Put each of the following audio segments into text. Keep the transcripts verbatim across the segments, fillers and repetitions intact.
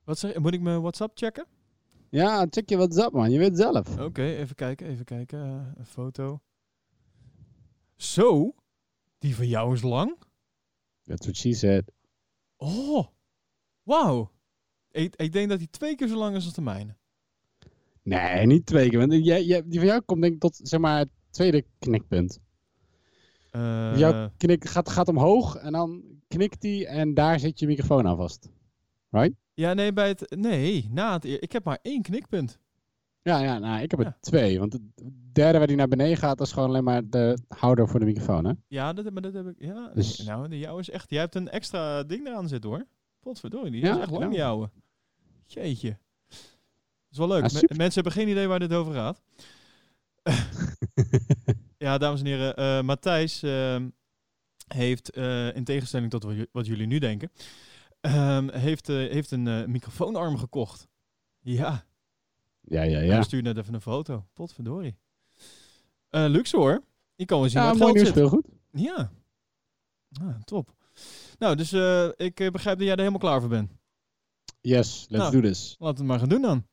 Wat zeg je? Moet ik mijn WhatsApp checken? Ja, check je WhatsApp, man. Je weet zelf. Oké, okay, even kijken, even kijken. Uh, een foto. Zo? Die van jou is lang? That's what she said. Oh, wauw. Ik, ik denk dat die twee keer zo lang is als de mijne. Nee, niet twee keer. Want jij, jij, die van jou komt denk ik tot zeg maar het tweede knikpunt. Uh, jouw knik gaat, gaat omhoog en dan knikt die en daar zit je microfoon aan vast. Right? Ja, nee, bij het... Nee, na het... Ik heb maar één knikpunt. Ja, ja, nou, ik heb er ja. twee. Want het derde waar die naar beneden gaat, dat is gewoon alleen maar de houder voor de microfoon, hè? Ja, dat, maar dat heb ik... Ja, dus... nou, de jouwe is echt... Jij hebt een extra ding eraan zitten, hoor. Potverdorie, die ja, is echt lang, ja. die jouwe. Jeetje. Dat is wel leuk. Ja, Me- mensen hebben geen idee waar dit over gaat. Ja, dames en heren. Uh, Matthijs uh, heeft, uh, in tegenstelling tot wat jullie nu denken, uh, heeft, uh, heeft een uh, microfoonarm gekocht. Ja. Ja, ja, ja. Hij stuurde net even een foto. Potverdorie. Uh, luxe hoor. Ik kan wel zien ja, waar het mooi geld nieuws, zit. veel goed. Ja. Ah, top. Nou, dus uh, ik uh, begrijp dat jij er helemaal klaar voor bent. Yes, let's nou, do this. Laten we het maar gaan doen dan.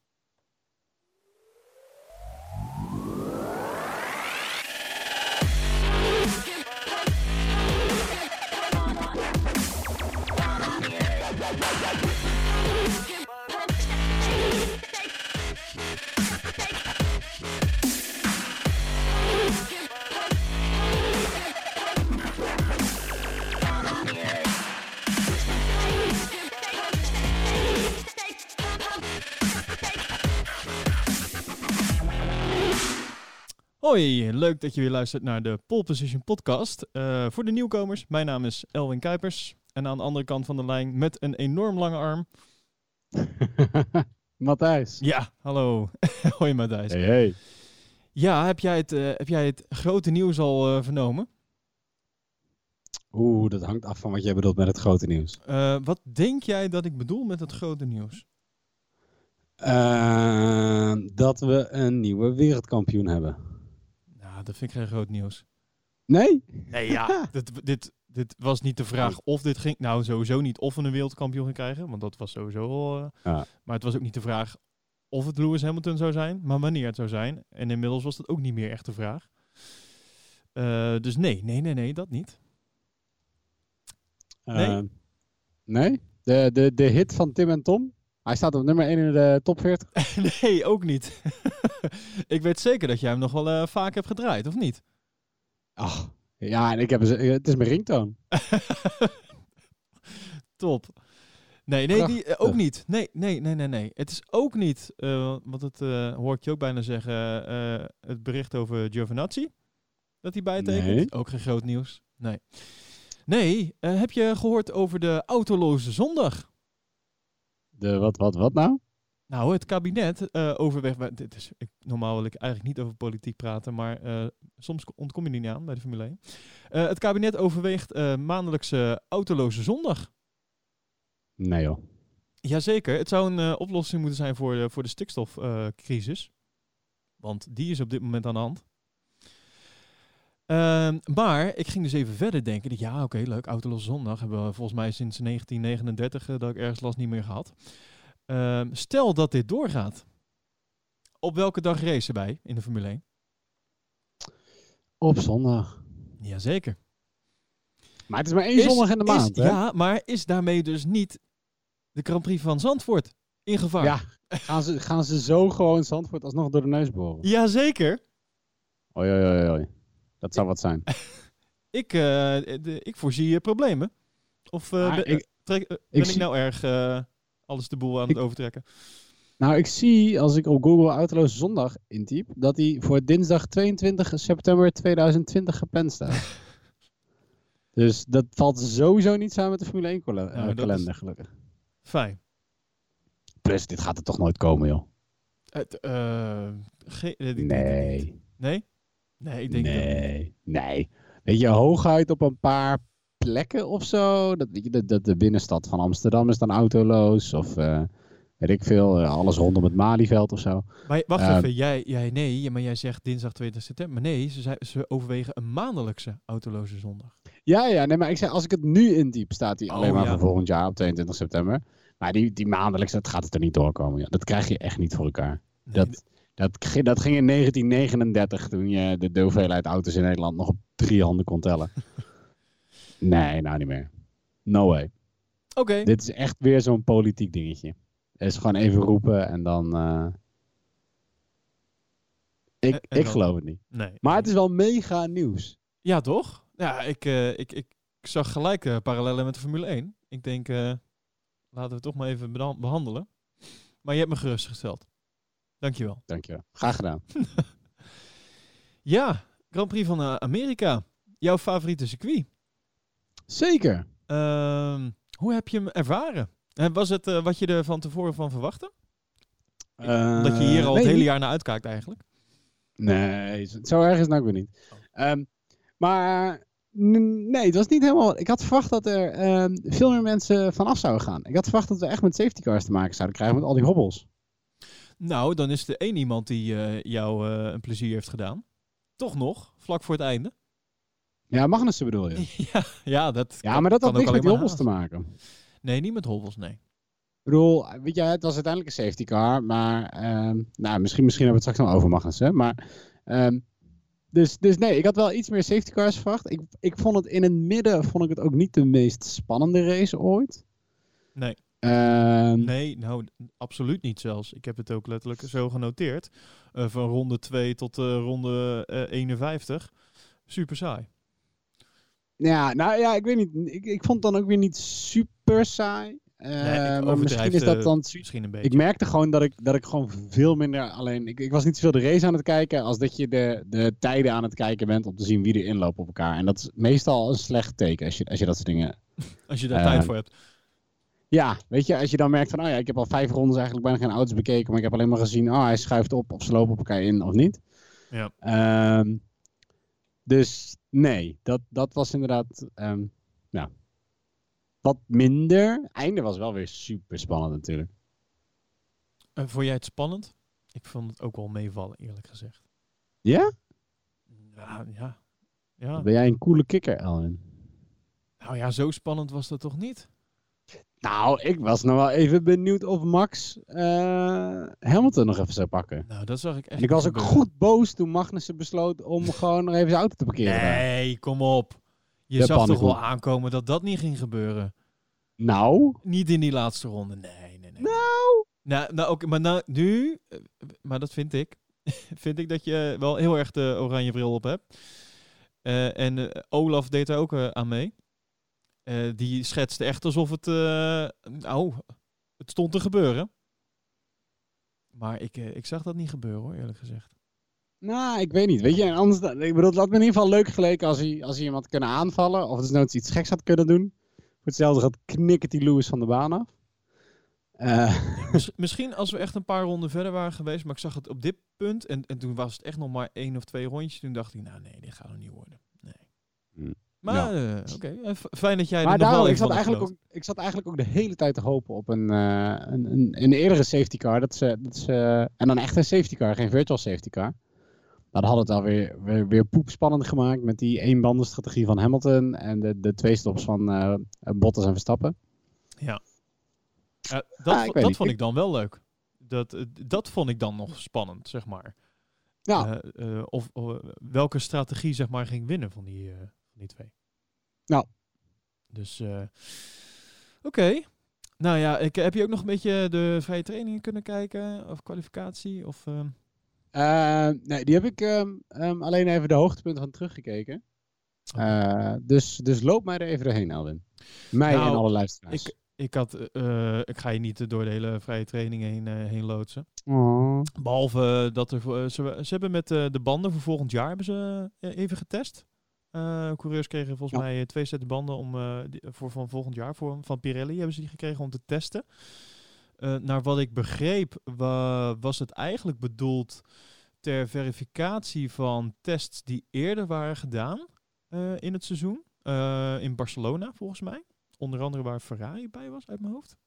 Hoi, leuk dat je weer luistert naar de Pole Position podcast. Uh, voor de nieuwkomers, mijn naam is Elwin Kuipers. En aan de andere kant van de lijn met een enorm lange arm... Matthijs. Ja, hallo. Hoi Matthijs. Hey, hey. Ja, heb jij het, uh, heb jij het grote nieuws al uh, vernomen? Oeh, dat hangt af van wat jij bedoelt met het grote nieuws. Uh, wat denk jij dat ik bedoel met het grote nieuws? Uh, dat we een nieuwe wereldkampioen hebben. Nou, dat vind ik geen groot nieuws. Nee? Nee, ja. dit, dit, dit was niet de vraag of dit ging... Nou, sowieso niet of we een wereldkampioen gaan krijgen. Want dat was sowieso... Uh, ja. Maar het was ook niet de vraag of het Lewis Hamilton zou zijn. Maar wanneer het zou zijn. En inmiddels was dat ook niet meer echt de vraag. Uh, dus nee, nee, nee, nee, dat niet. Nee? Uh, nee? De, de, de hit van Tim en Tom? Hij staat op nummer één in de top veertig. Nee, ook niet. Ik weet zeker dat jij hem nog wel uh, vaak hebt gedraaid, of niet? Ach, ja, en ik heb het is mijn ringtone. Top. Nee, nee, die, uh, ook niet. Nee, nee, nee, nee, nee. Het is ook niet, uh, want het uh, hoor ik je ook bijna zeggen, uh, het bericht over Giovinazzi. Dat hij bijtekent. Nee. Ook geen groot nieuws. Nee. Nee, uh, heb je gehoord over de autoloze zondag? De wat, wat, wat nou? Nou, het kabinet uh, overweegt... Dit is, ik, normaal wil ik eigenlijk niet over politiek praten, maar uh, soms ontkom je er niet aan bij de Formule één. Uh, het kabinet overweegt uh, maandelijkse autoloze zondag. Nee joh. Jazeker, het zou een uh, oplossing moeten zijn voor, uh, voor de stikstofcrisis. Uh, want die is op dit moment aan de hand. Uh, maar ik ging dus even verder denken. Dat, ja, oké, okay, leuk, autoloze zondag. Hebben we volgens mij sinds negentien negenendertig uh, dat ik ergens last niet meer gehad. Uh, stel dat dit doorgaat. Op welke dag racen wij in de Formule één? Op zondag. Jazeker. Maar het is maar één is, zondag in de maand, is, hè? Ja, maar is daarmee dus niet de Grand Prix van Zandvoort in gevaar? Ja, gaan ze, gaan ze zo gewoon Zandvoort alsnog door de neus boren? Jazeker. Oei, oei, oei, oei. Dat zou wat zijn. ik, uh, de, ik voorzie uh, problemen. Of uh, ben, ik, trek, uh, ben ik, ik nou erg uh, alles de boel aan ik, het overtrekken? Nou, ik zie als ik op Google autoloze zondag intyp, dat hij voor dinsdag tweeëntwintig september tweeduizend twintig gepland staat. Dus dat valt sowieso niet samen met de Formule één kal- nou, kalender, is... gelukkig. Fijn. Plus, dit gaat er toch nooit komen, joh. Het, uh, ge- ik denk nee. Niet. Nee? Nee, ik denk nee. niet. Nee. Weet je, hooguit op een paar plekken of zo. Dat, weet je, de, de, de binnenstad van Amsterdam is dan autoloos. Of uh, weet ik veel, uh, alles rondom het Malieveld of zo. Maar wacht uh, even, jij, jij nee, maar jij zegt dinsdag tweeëntwintig september. Maar nee, ze, ze overwegen een maandelijkse autoloze zondag. Ja, ja, nee, maar ik zeg, als ik het nu intyp, staat hij alleen oh, maar ja. voor volgend jaar op tweeëntwintig september. Maar die, die maandelijks, dat gaat het er niet doorkomen. Ja. Dat krijg je echt niet voor elkaar. Nee, Dat, dat, gi- dat ging in negentien negenendertig, toen je de, de hoeveelheid auto's in Nederland nog op drie handen kon tellen. Nee, nou niet meer. No way. Oké. Okay. Dit is echt weer zo'n politiek dingetje. Het is gewoon even roepen en dan... Uh... Ik, en, en ik dan... geloof het niet. Nee. Maar het is wel mega nieuws. Ja, toch? Ja, ik, uh, ik, ik, ik zag gelijk uh, parallellen met de Formule één. Ik denk, uh, laten we het toch maar even bedan- behandelen. Maar je hebt me gerustgesteld. Dankjewel. Dankjewel. Graag gedaan. Ja, Grand Prix van uh, Amerika. Jouw favoriete circuit. Zeker. Uh, hoe heb je hem ervaren? En was het uh, wat je er van tevoren van verwachtte? Uh, Dat je hier al nee, het hele jaar naar uitkijkt eigenlijk? Nee, zo erg is het nou ook weer niet. Oh. Um, maar n- nee, het was niet helemaal... Ik had verwacht dat er um, veel meer mensen vanaf zouden gaan. Ik had verwacht dat we echt met safety cars te maken zouden krijgen met al die hobbels. Nou, dan is er één iemand die uh, jou uh, een plezier heeft gedaan. Toch nog, vlak voor het einde. Ja, Magnussen bedoel je? ja, ja, dat ja, maar dat had niks met die hobbels te maken. Nee, niet met hobbels, nee. Ik bedoel, weet je, het was uiteindelijk een safety car, maar um, nou, misschien, misschien hebben we het straks nog over Magnussen, maar um, dus, dus nee, ik had wel iets meer safety cars verwacht. Ik, ik vond het in het midden, vond ik het ook niet de meest spannende race ooit. Nee. Um, nee, nou, absoluut niet zelfs. Ik heb het ook letterlijk zo genoteerd. Uh, van ronde twee tot uh, ronde uh, eenenvijftig. Super saai. Ja, nou ja, ik weet niet. Ik, ik vond het dan ook weer niet super saai. Uh, nee, maar misschien is dat dan... Misschien een beetje. Ik merkte gewoon dat ik, dat ik gewoon veel minder alleen... Ik, ik was niet zoveel de race aan het kijken als dat je de, de tijden aan het kijken bent om te zien wie er inloopt op elkaar. En dat is meestal een slecht teken als je, als je dat soort dingen... Als je daar uh, tijd voor hebt. Ja, weet je, als je dan merkt van, oh ja, ik heb al vijf rondes eigenlijk bijna geen auto's bekeken, maar ik heb alleen maar gezien, oh, hij schuift op of ze lopen op elkaar in of niet. Ja. Um, dus nee, dat, dat was inderdaad, um, ja, wat minder. Einde was wel weer super spannend natuurlijk. Uh, vond jij het spannend? Ik vond het ook wel meevallen, eerlijk gezegd. Ja? Ja, ja. ja. Ben jij een coole kikker, Elwin? Nou ja, zo spannend was dat toch niet? Nou, ik was nog wel even benieuwd of Max uh, Hamilton nog even zou pakken. Nou, dat zag ik echt. En ik was ook gebeuren. goed boos toen Magnussen besloot om gewoon nog even zijn auto te parkeren. Nee, daar. Kom op. Je de zag toch wel aankomen dat dat niet ging gebeuren? Nou? Niet in die laatste ronde, nee, nee, nee. Nou? Nou, nou oké, maar nou, nu, maar dat vind ik, vind ik dat je wel heel erg de oranje bril op hebt. Uh, en uh, Olaf deed er ook uh, aan mee. Uh, die schetste echt alsof het, uh, nou, het stond te gebeuren. Maar ik, uh, ik zag dat niet gebeuren hoor, eerlijk gezegd. Nou, ik weet niet. Weet je, en anders, ik bedoel, het had me in ieder geval leuk geleken als hij, als hij iemand kunnen aanvallen. Of dus nooit iets geks had kunnen doen. Voor hetzelfde gaat knikkert die Lewis van de baan af. Uh. Ja, mis, misschien als we echt een paar ronden verder waren geweest, maar ik zag het op dit punt. En, en toen was het echt nog maar één of twee rondjes. Toen dacht ik, nou nee, dit gaat nog niet worden. Nee. Hmm. Maar ja. uh, oké, okay. Fijn dat jij maar er daarom, nog wel ik zat, eigenlijk ook, ik zat eigenlijk ook de hele tijd te hopen op een, uh, een, een, een eerdere safety car. Dat ze, dat ze, en dan echt een safety car, geen virtual safety car. Dan had het alweer weer, weer poepspannend gemaakt met die eenbandenstrategie van Hamilton en de, de twee stops van uh, Bottas en Verstappen. Ja, uh, dat, ah, dat vond ik dan wel leuk. Dat, uh, dat vond ik dan nog spannend, zeg maar. Ja. Uh, uh, of uh, welke strategie, zeg maar, ging winnen van die, uh, van die twee. Nou. Dus, uh, oké. Okay. Nou ja, ik, heb je ook nog een beetje de vrije trainingen kunnen kijken? Of kwalificatie? Of... Uh... Uh, nee, die heb ik um, um, alleen even de hoogtepunten van teruggekeken. Uh, dus, dus loop mij er even doorheen, Elwin. Mij nou, en alle luisteraars. Ik, ik, had, uh, ik ga je niet door de hele vrije training heen, uh, heen loodsen. Oh. Behalve dat er... Uh, ze, ze hebben met uh, de banden voor volgend jaar hebben ze uh, even getest. Uh, coureurs kregen volgens ja. mij twee sets banden om, uh, die, voor van volgend jaar. Voor, van Pirelli hebben ze die gekregen om te testen. Uh, naar wat ik begreep wa- was het eigenlijk bedoeld ter verificatie van tests die eerder waren gedaan uh, in het seizoen. Uh, in Barcelona volgens mij. Onder andere waar Ferrari bij was uit mijn hoofd.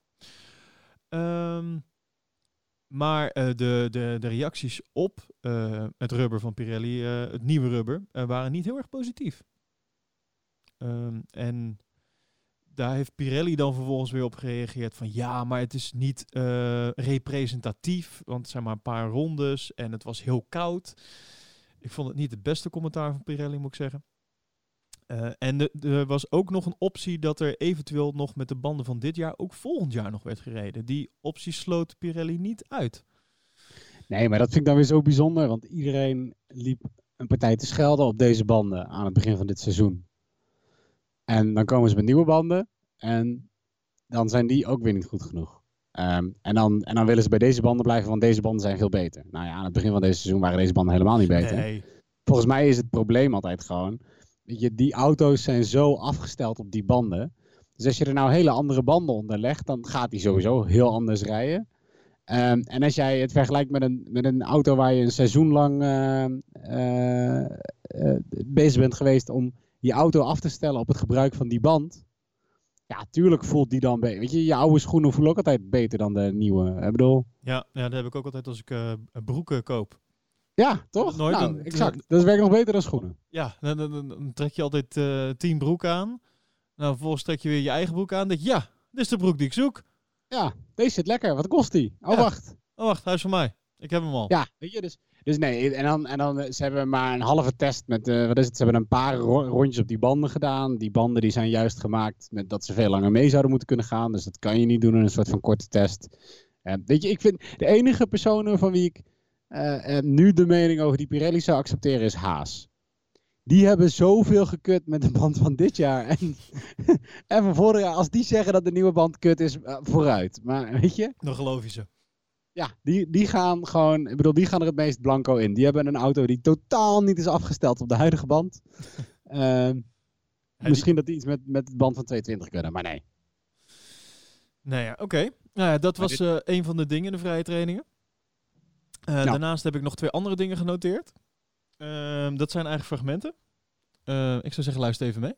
Um, maar uh, de, de, de reacties op uh, het rubber van Pirelli, uh, het nieuwe rubber, uh, waren niet heel erg positief. Um, en daar heeft Pirelli dan vervolgens weer op gereageerd van ja, maar het is niet uh, representatief, want het zijn maar een paar rondes en het was heel koud. Ik vond het niet het beste commentaar van Pirelli, moet ik zeggen. Uh, en de, er was ook nog een optie dat er eventueel nog met de banden van dit jaar ook volgend jaar nog werd gereden. Die optie sloot Pirelli niet uit. Nee, maar dat vind ik dan weer zo bijzonder, want iedereen liep een partij te schelden op deze banden aan het begin van dit seizoen. En dan komen ze met nieuwe banden en dan zijn die ook weer niet goed genoeg. Um, en, dan, en dan willen ze bij deze banden blijven, want deze banden zijn veel beter. Nou ja, aan het begin van deze seizoen waren deze banden helemaal niet beter. Nee. Volgens mij is het probleem altijd gewoon, weet je, die auto's zijn zo afgesteld op die banden. Dus als je er nou hele andere banden onder legt, dan gaat die sowieso heel anders rijden. Um, en als jij het vergelijkt met een, met een auto waar je een seizoen lang uh, uh, uh, bezig bent geweest om je auto af te stellen op het gebruik van die band. Ja, tuurlijk voelt die dan beter. Weet je, je oude schoenen voelen ook altijd beter dan de nieuwe. Ik bedoel... Ja, ja, dat heb ik ook altijd als ik uh, broeken koop. Ja, toch? Nooit nou, een, exact. Dat werkt nog beter dan schoenen. Ja, dan, dan, dan, dan trek je altijd uh, tien broeken aan. Nou, vervolgens trek je weer je eigen broek aan. Dan denk je, ja, dit is de broek die ik zoek. Ja, deze zit lekker. Wat kost die? Oh, ja. wacht. Oh, wacht, hij is van mij. Ik heb hem al. Ja, weet je, dus... Dus nee, en dan, en dan ze hebben maar een halve test met, uh, wat is het, ze hebben een paar ro- rondjes op die banden gedaan. Die banden die zijn juist gemaakt met dat ze veel langer mee zouden moeten kunnen gaan. Dus dat kan je niet doen in een soort van korte test. Uh, weet je, ik vind de enige personen van wie ik uh, uh, nu de mening over die Pirelli zou accepteren is Haas. Die hebben zoveel gekut met de band van dit jaar. En, en van vorig jaar, als die zeggen dat de nieuwe band kut is, uh, vooruit. Maar weet je... Dan geloof je ze. Ja, die, die gaan gewoon, ik bedoel, die gaan er het meest blanco in. Die hebben een auto die totaal niet is afgesteld op de huidige band. uh, ja, misschien die... dat die iets met, met de band van tweehonderdtwintig kunnen, maar nee. Nee, ja, oké. Okay. Nou ja, dat was dit... uh, een van de dingen in de vrije trainingen. Uh, nou. Daarnaast heb ik nog twee andere dingen genoteerd. Uh, dat zijn eigenlijk fragmenten. Uh, ik zou zeggen, luister even mee.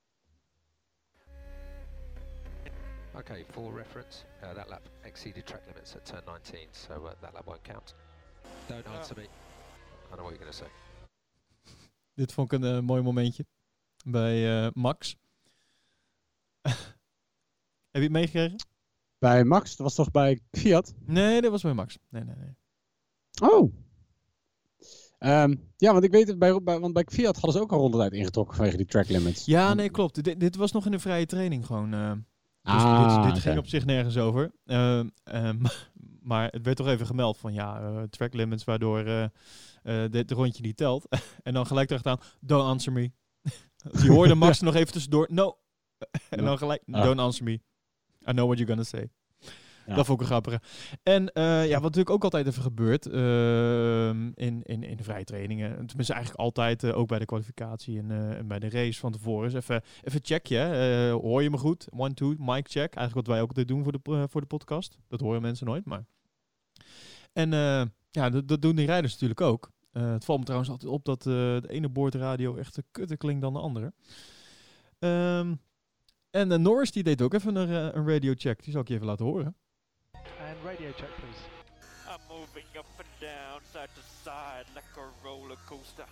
Okay, for reference, uh, that lap exceeded track limits at turn nineteen, so uh, that lap won't count. Don't answer me. I know what you're going to say. Dit vond ik een uh, mooi momentje bij uh, Max. Heb je het meegekregen? Bij Max? Dat was toch bij Fiat? Nee, dat was bij Max. Nee, nee, nee. Oh. Um, ja, want ik weet het, bij, bij, want bij Fiat hadden ze ook al rondetijd ingetrokken vanwege die track limits. Ja, nee, klopt. D- dit was nog in een vrije training gewoon... Uh, Dus ah, dit, dit okay. ging op zich nergens over. Uh, uh, maar het werd toch even gemeld van ja, uh, track limits waardoor uh, uh, dit rondje niet telt. En dan gelijk erachteraan, don't answer me. Je hoorde Max ja. nog even tussendoor, no. En dan gelijk, ah. don't answer me. I know what you're gonna say. Ja. Dat vond ik een grappige. En uh, ja, wat natuurlijk ook altijd even gebeurt uh, in, in, in de vrije trainingen. Tenminste eigenlijk altijd, uh, ook bij de kwalificatie en, uh, en bij de race van tevoren. Is even, even checkje. Uh, hoor je me goed? One, two, mic check. Eigenlijk wat wij ook altijd doen voor de, uh, voor de podcast. Dat horen mensen nooit, maar... En uh, ja, dat, dat doen die rijders natuurlijk ook. Uh, het valt me trouwens altijd op dat uh, de ene boordradio echt te kutter klinkt dan de andere. Um, en uh, Norris die deed ook even een, uh, een radio check. Die zal ik je even laten horen. And radio check, please. I'm moving up and down, side to side, like a roller coaster.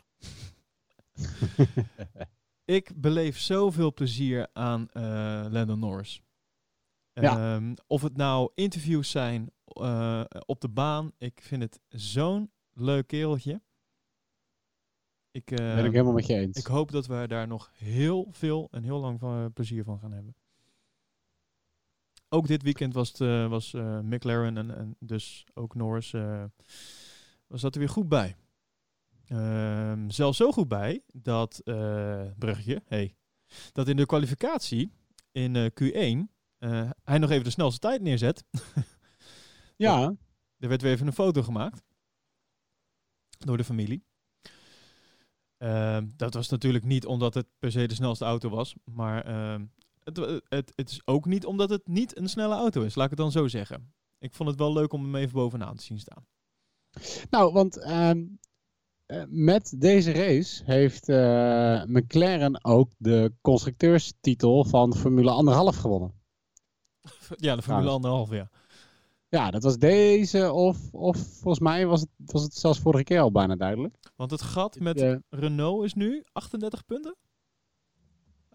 Ik beleef zoveel plezier aan uh, Lando Norris. Ja. Um, of het nou interviews zijn uh, op de baan. Ik vind het zo'n leuk kereltje. Ik, uh, ben ik helemaal met je eens. Ik hoop dat we daar nog heel veel en heel lang van, uh, plezier van gaan hebben. Ook dit weekend was, het, uh, was uh, McLaren en, en dus ook Norris uh, was dat er weer goed bij. Uh, zelfs zo goed bij dat, uh, bruggetje, hey, dat in de kwalificatie in uh, Q één uh, hij nog even de snelste tijd neerzet. Ja. Er, er werd weer even een foto gemaakt door de familie. Uh, dat was natuurlijk niet omdat het per se de snelste auto was, maar... Uh, Het, het, het is ook niet omdat het niet een snelle auto is, laat ik het dan zo zeggen. Ik vond het wel leuk om hem even bovenaan te zien staan. Nou, want um, uh, met deze race heeft uh, McLaren ook de constructeurstitel van Formule anderhalf gewonnen. Ja, de Formule anderhalf, ja. Ja, dat was deze of, of volgens mij was het, was het zelfs vorige keer al bijna duidelijk. Want het gat met uh, Renault is nu achtendertig punten?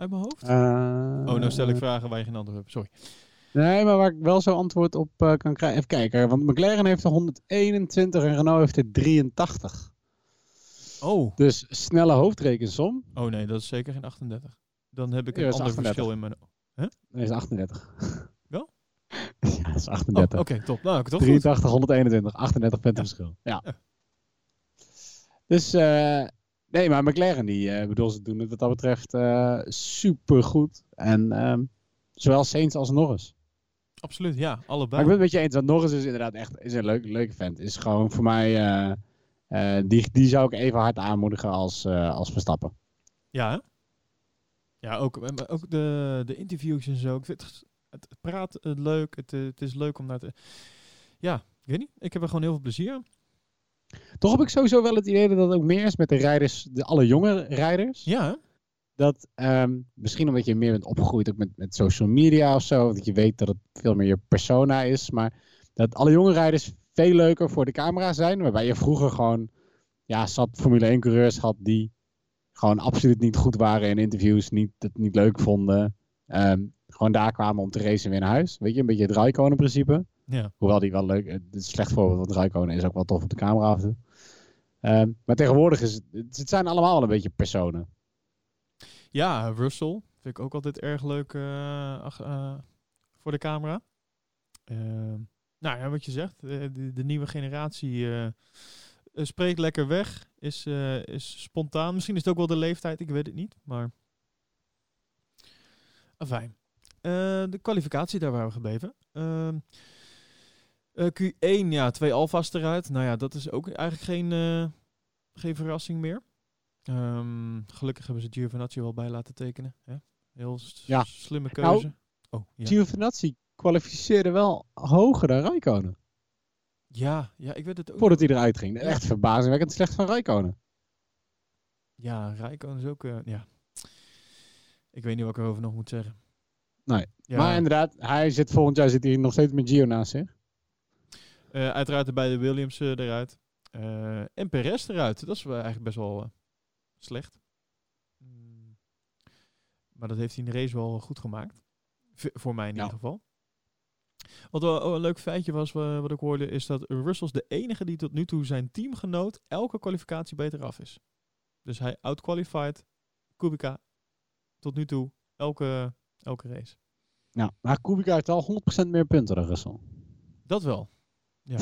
uit mijn hoofd? Uh, oh, nou stel ik vragen waar je geen antwoord hebt. Sorry. Nee, maar waar ik wel zo antwoord op uh, kan krijgen. Even kijken, want McLaren heeft er honderdeenentwintig en Renault heeft er drieëntachtig. Oh. Dus snelle hoofdrekensom. Oh nee, dat is zeker geen achtendertig. Dan heb ik Ja, een dat is ander achtendertig. verschil in mijn... Nee, dat is achtendertig. Wel? Ja, dat is Oh, achtendertig. oké, okay, top. Nou, ik het toch drieëntachtig, honderdeenentwintig, achtendertig punten Ja. verschil. Ja. Ja. Dus, uh, nee, maar McLaren, die uh, bedoel, ze doen het wat dat betreft uh, super goed. En um, zowel Sainz als Norris. Absoluut, ja, allebei. Maar ik ben het met je eens, want Norris is inderdaad echt is een leuk, leuke vent. Is gewoon voor mij, uh, uh, die, die zou ik even hard aanmoedigen als, uh, als Verstappen. Ja, hè? Ja, ook, ook de, de interviews en zo. Ik vind het, het praat uh, leuk, het, uh, het is leuk om naar te... Ja, ik weet niet, ik heb er gewoon heel veel plezier aan. Toch heb ik sowieso wel het idee dat het ook meer is met de rijders, de alle jonge rijders. Ja, hè? Dat um, misschien omdat je meer bent opgegroeid ook met, met social media of zo. Dat je weet dat het veel meer je persona is. Maar dat alle jonge rijders veel leuker voor de camera zijn. Waarbij je vroeger gewoon ja, zat Formule één coureurs had die gewoon absoluut niet goed waren in interviews. Niet, het niet leuk vonden. Um, gewoon daar kwamen om te racen en weer naar huis. Weet je, een beetje het Raikkonen principe. Ja. Hoewel die wel leuk... Het is een slecht voorbeeld, want Raikkonen is ook wel tof op de camera af en toe. Um, maar tegenwoordig is het... Het zijn allemaal wel een beetje personen. Ja, Russell vind ik ook altijd erg leuk uh, ach, uh, voor de camera. Uh, nou ja, wat je zegt, uh, de, de nieuwe generatie uh, uh, spreekt lekker weg, is, uh, is spontaan. Misschien is het ook wel de leeftijd, ik weet het niet, maar... Afijn. Uh, de kwalificatie, daar waren we gebleven. Uh, uh, Q één, ja, twee Alfa's eruit. Nou ja, dat is ook eigenlijk geen, uh, geen verrassing meer. Um, gelukkig hebben ze Giovinazzi wel bij laten tekenen. Hè? Heel s- Ja. slimme keuze. Nou, oh, ja. Giovinazzi kwalificeerde wel hoger dan Raikkonen. ja, ja, ik weet het ook. Voordat hij eruit ging. Ja. Echt verbazingwekkend slecht van Raikkonen. Ja, Raikkonen is ook... Uh, ja. Ik weet niet wat ik erover nog moet zeggen. Nee. Ja. Maar inderdaad, hij zit volgend jaar zit hij nog steeds met Gio naast zich. Uh, uiteraard de beide Williams uh, eruit. Uh, en Perez eruit. Dat is wel eigenlijk best wel uh, slecht. Mm. Maar dat heeft hij in de race wel goed gemaakt. V- voor mij in Ja. ieder geval. Wat wel oh, een leuk feitje was, uh, wat ik hoorde, is dat Russell de enige die tot nu toe zijn teamgenoot elke kwalificatie beter af is. Dus hij outqualified Kubica tot nu toe elke, elke race. Ja, maar Kubica heeft al honderd procent meer punten dan Russell. Dat wel. Ja.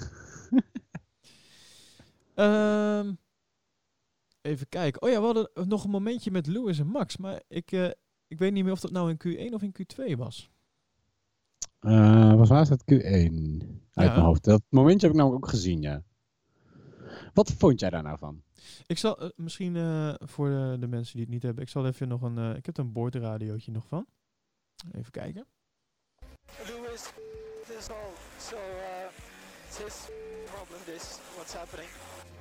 um, even kijken. Oh ja, we hadden nog een momentje met Lewis en Max. Maar ik, uh, ik weet niet meer of dat nou in Q één of in Q twee was. Uh, wat was dat? Q één. Uit Ja. mijn hoofd. Dat momentje heb ik namelijk ook gezien, ja. Wat vond jij daar nou van? Ik zal uh, misschien uh, voor de, de mensen die het niet hebben. Ik zal even nog een... Uh, ik heb er een boordradiootje nog van. Even kijken. Lewis, this all. So, uh, this problem, this, what's happening?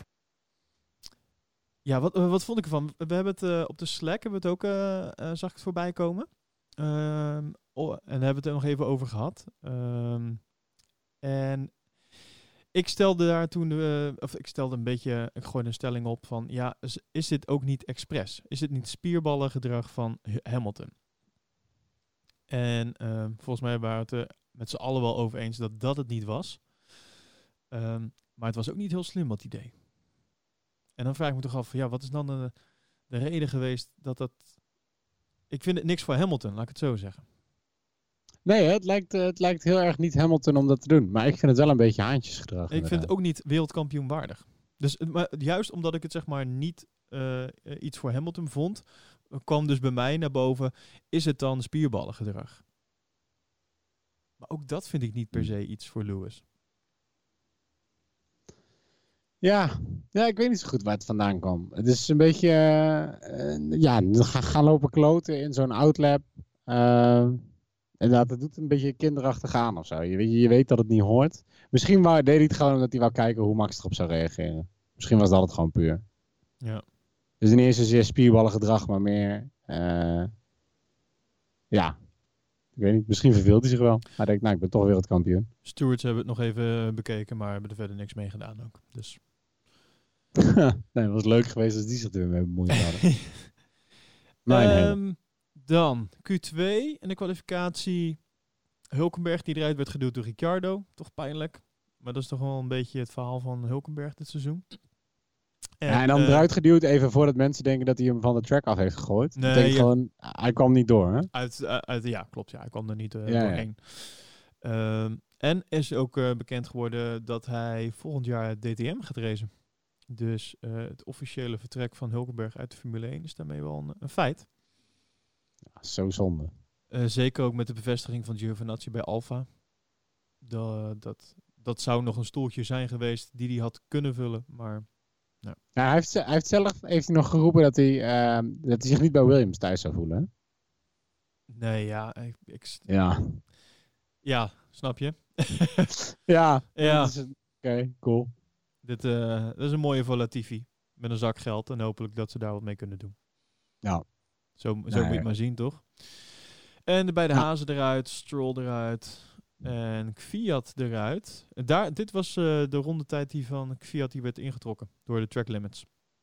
Ja, wat, uh, wat vond ik ervan? We hebben het uh, op de Slack, hebben we het ook, uh, uh, zag ik het voorbij komen. Um, oh, en daar hebben we het er nog even over gehad. Um, en ik stelde daar toen, uh, of ik stelde een beetje, ik gooide een stelling op van, ja, is, is dit ook niet expres? Is dit niet spierballengedrag van Hamilton? En um, volgens mij waren we het er met z'n allen wel over eens dat dat het niet was. Um, maar het was ook niet heel slim wat hij deed. En dan vraag ik me toch af, ja, wat is dan de, de reden geweest dat dat... Ik vind het niks voor Hamilton, laat ik het zo zeggen. Nee, het lijkt, het lijkt heel erg niet Hamilton om dat te doen. Maar ik vind het wel een beetje haantjesgedrag. Ik vind het ook niet wereldkampioen waardig. Dus, maar juist omdat ik het zeg maar niet uh, iets voor Hamilton vond, kwam dus bij mij naar boven, is het dan spierballengedrag? Maar ook dat vind ik niet per se iets voor Lewis. Ja, ja, ik weet niet zo goed waar het vandaan kwam. Het is een beetje, uh, ja, gaan, gaan lopen kloten in zo'n outlap. Uh, inderdaad, het doet een beetje kinderachtig aan of zo. Je weet, je weet dat het niet hoort. Misschien wou, deed hij het gewoon omdat hij wou kijken hoe Max erop zou reageren. Misschien was dat het gewoon puur. Ja. Dus niet eens zozeer spierballengedrag, maar meer, uh, ja, ik weet niet, misschien verveelt hij zich wel. Hij denkt, nou, ik ben toch wereldkampioen. Stewards hebben het nog even bekeken, maar hebben er verder niks mee gedaan ook. Dus... nee, het was leuk geweest als die zich er weer mee bemoeid hadden. Mijn um, Dan Q twee in de kwalificatie. Hulkenberg die eruit werd geduwd door Ricciardo. Toch pijnlijk. Maar dat is toch wel een beetje het verhaal van Hulkenberg dit seizoen. En, ja, en dan uh, eruit geduwd even voordat mensen denken dat hij hem van de track af heeft gegooid. Nee, Ik denk ja. gewoon, hij kwam niet door, hè? Uit, uh, uit, ja, klopt. Ja, hij kwam er niet uh, Ja, doorheen. Ja. Um, en is ook uh, bekend geworden dat hij volgend jaar het D T M gaat racen. Dus uh, het officiële vertrek van Hulkenberg uit de Formule één is daarmee wel een, een feit. Ja, zo zonde. Uh, zeker ook met de bevestiging van Giovinazzi bij Alfa. Dat, dat, dat zou nog een stoeltje zijn geweest die hij had kunnen vullen, maar... Ja. Nou, hij, heeft, hij heeft zelf heeft hij nog geroepen dat hij, uh, dat hij zich niet bij Williams thuis zou voelen, hè? Nee, ja. Ik, ik, Ja. Ja, snap je? ja. Ja. Oké, okay, cool. Dit, uh, dat is een mooie voor Latifi. Met een zak geld en hopelijk dat ze daar wat mee kunnen doen. Ja. Zo, zo nee, moet je het maar zien, toch? En de beide ja. Hazen eruit, Stroll eruit en Kvyat eruit. En daar, dit was uh, de rondetijd die van Kvyat die werd ingetrokken door de track limits.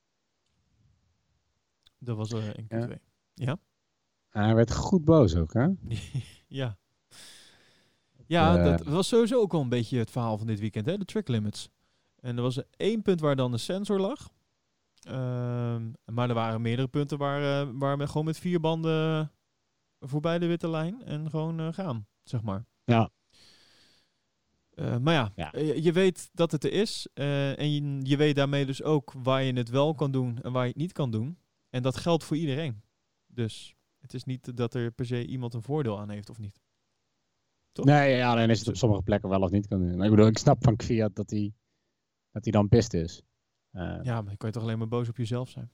Dat was uh, in Q twee. Ja? ja? Hij werd goed boos ook, hè? ja. Ja, uh, dat was sowieso ook wel een beetje het verhaal van dit weekend, hè? De track limits. En er was één punt waar dan de sensor lag. Um, maar er waren meerdere punten waar, uh, waar we gewoon met vier banden voorbij de witte lijn en gewoon uh, gaan, zeg maar. Ja. Uh, maar ja, ja. Je, je weet dat het er is. Uh, en je, je weet daarmee dus ook waar je het wel kan doen en waar je het niet kan doen. En dat geldt voor iedereen. Dus het is niet dat er per se iemand een voordeel aan heeft of niet. Toch? Nee, ja, dan is het op sommige plekken wel of niet kan doen. Maar ik bedoel, ik snap van Kvyat dat hij dat hij dan pist is. Uh, ja, maar dan kan je toch alleen maar boos op jezelf zijn?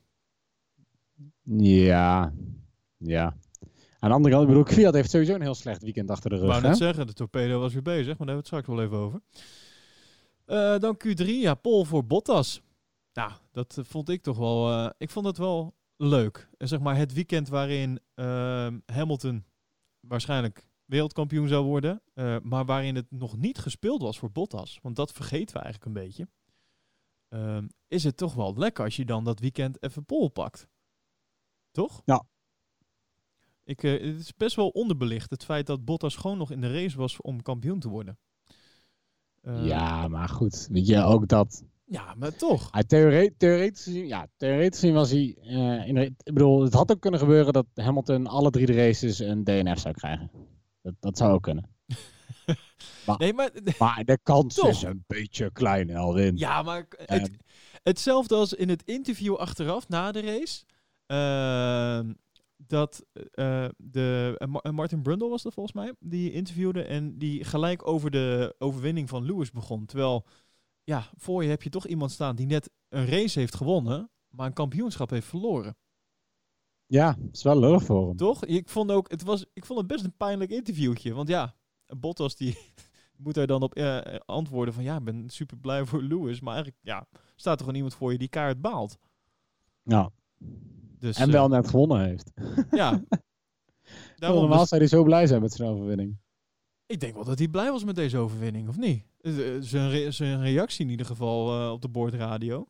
Ja, ja. Aan de andere kant, ik bedoel, Kvyat heeft sowieso een heel slecht weekend achter de rug. Ik wou net zeggen, de torpedo was weer bezig, maar daar hebben we het straks wel even over. Uh, dan Q drie, ja, pole voor Bottas. Nou, dat uh, vond ik toch wel, uh, ik vond het wel leuk. En zeg maar het weekend waarin uh, Hamilton waarschijnlijk wereldkampioen zou worden, uh, maar waarin het nog niet gespeeld was voor Bottas, want dat vergeten we eigenlijk een beetje. Um, is het toch wel lekker als je dan dat weekend even pole pakt. Toch? Ja. Ik, uh, het is best wel onderbelicht, het feit dat Bottas gewoon nog in de race was om kampioen te worden. Uh, ja, maar goed. Weet je, ook dat... Ja, maar toch. Hij theore- theoretisch gezien, ja, theoretisch gezien was hij... Uh, in de, ik bedoel, het had ook kunnen gebeuren dat Hamilton alle drie de races een D N F zou krijgen. Dat, dat zou ook kunnen. maar, nee, maar, maar de kans toch. is een beetje klein, Elwin. Ja, maar het, um, hetzelfde als in het interview achteraf, na de race... Uh, dat uh, de uh, Martin Brundle was dat volgens mij, die interviewde en die gelijk over de overwinning van Lewis begon. Terwijl, ja, voor je heb je toch iemand staan die net een race heeft gewonnen, maar een kampioenschap heeft verloren. Ja, dat is wel lullig voor hem. Toch? Ik vond, ook, het was, ik vond het best een pijnlijk interviewtje, want ja, Bottas die moet daar dan op uh, antwoorden van ja, ik ben super blij voor Lewis, maar eigenlijk, ja, staat er gewoon iemand voor je die kaart baalt. Ja. Dus, en wel uh, net gewonnen heeft. Ja. Daarom normaal dus, zou hij zo blij zijn met zijn overwinning. Ik denk wel dat hij blij was met deze overwinning, of niet? Uh, zijn, re- zijn reactie in ieder geval uh, op de boordradio.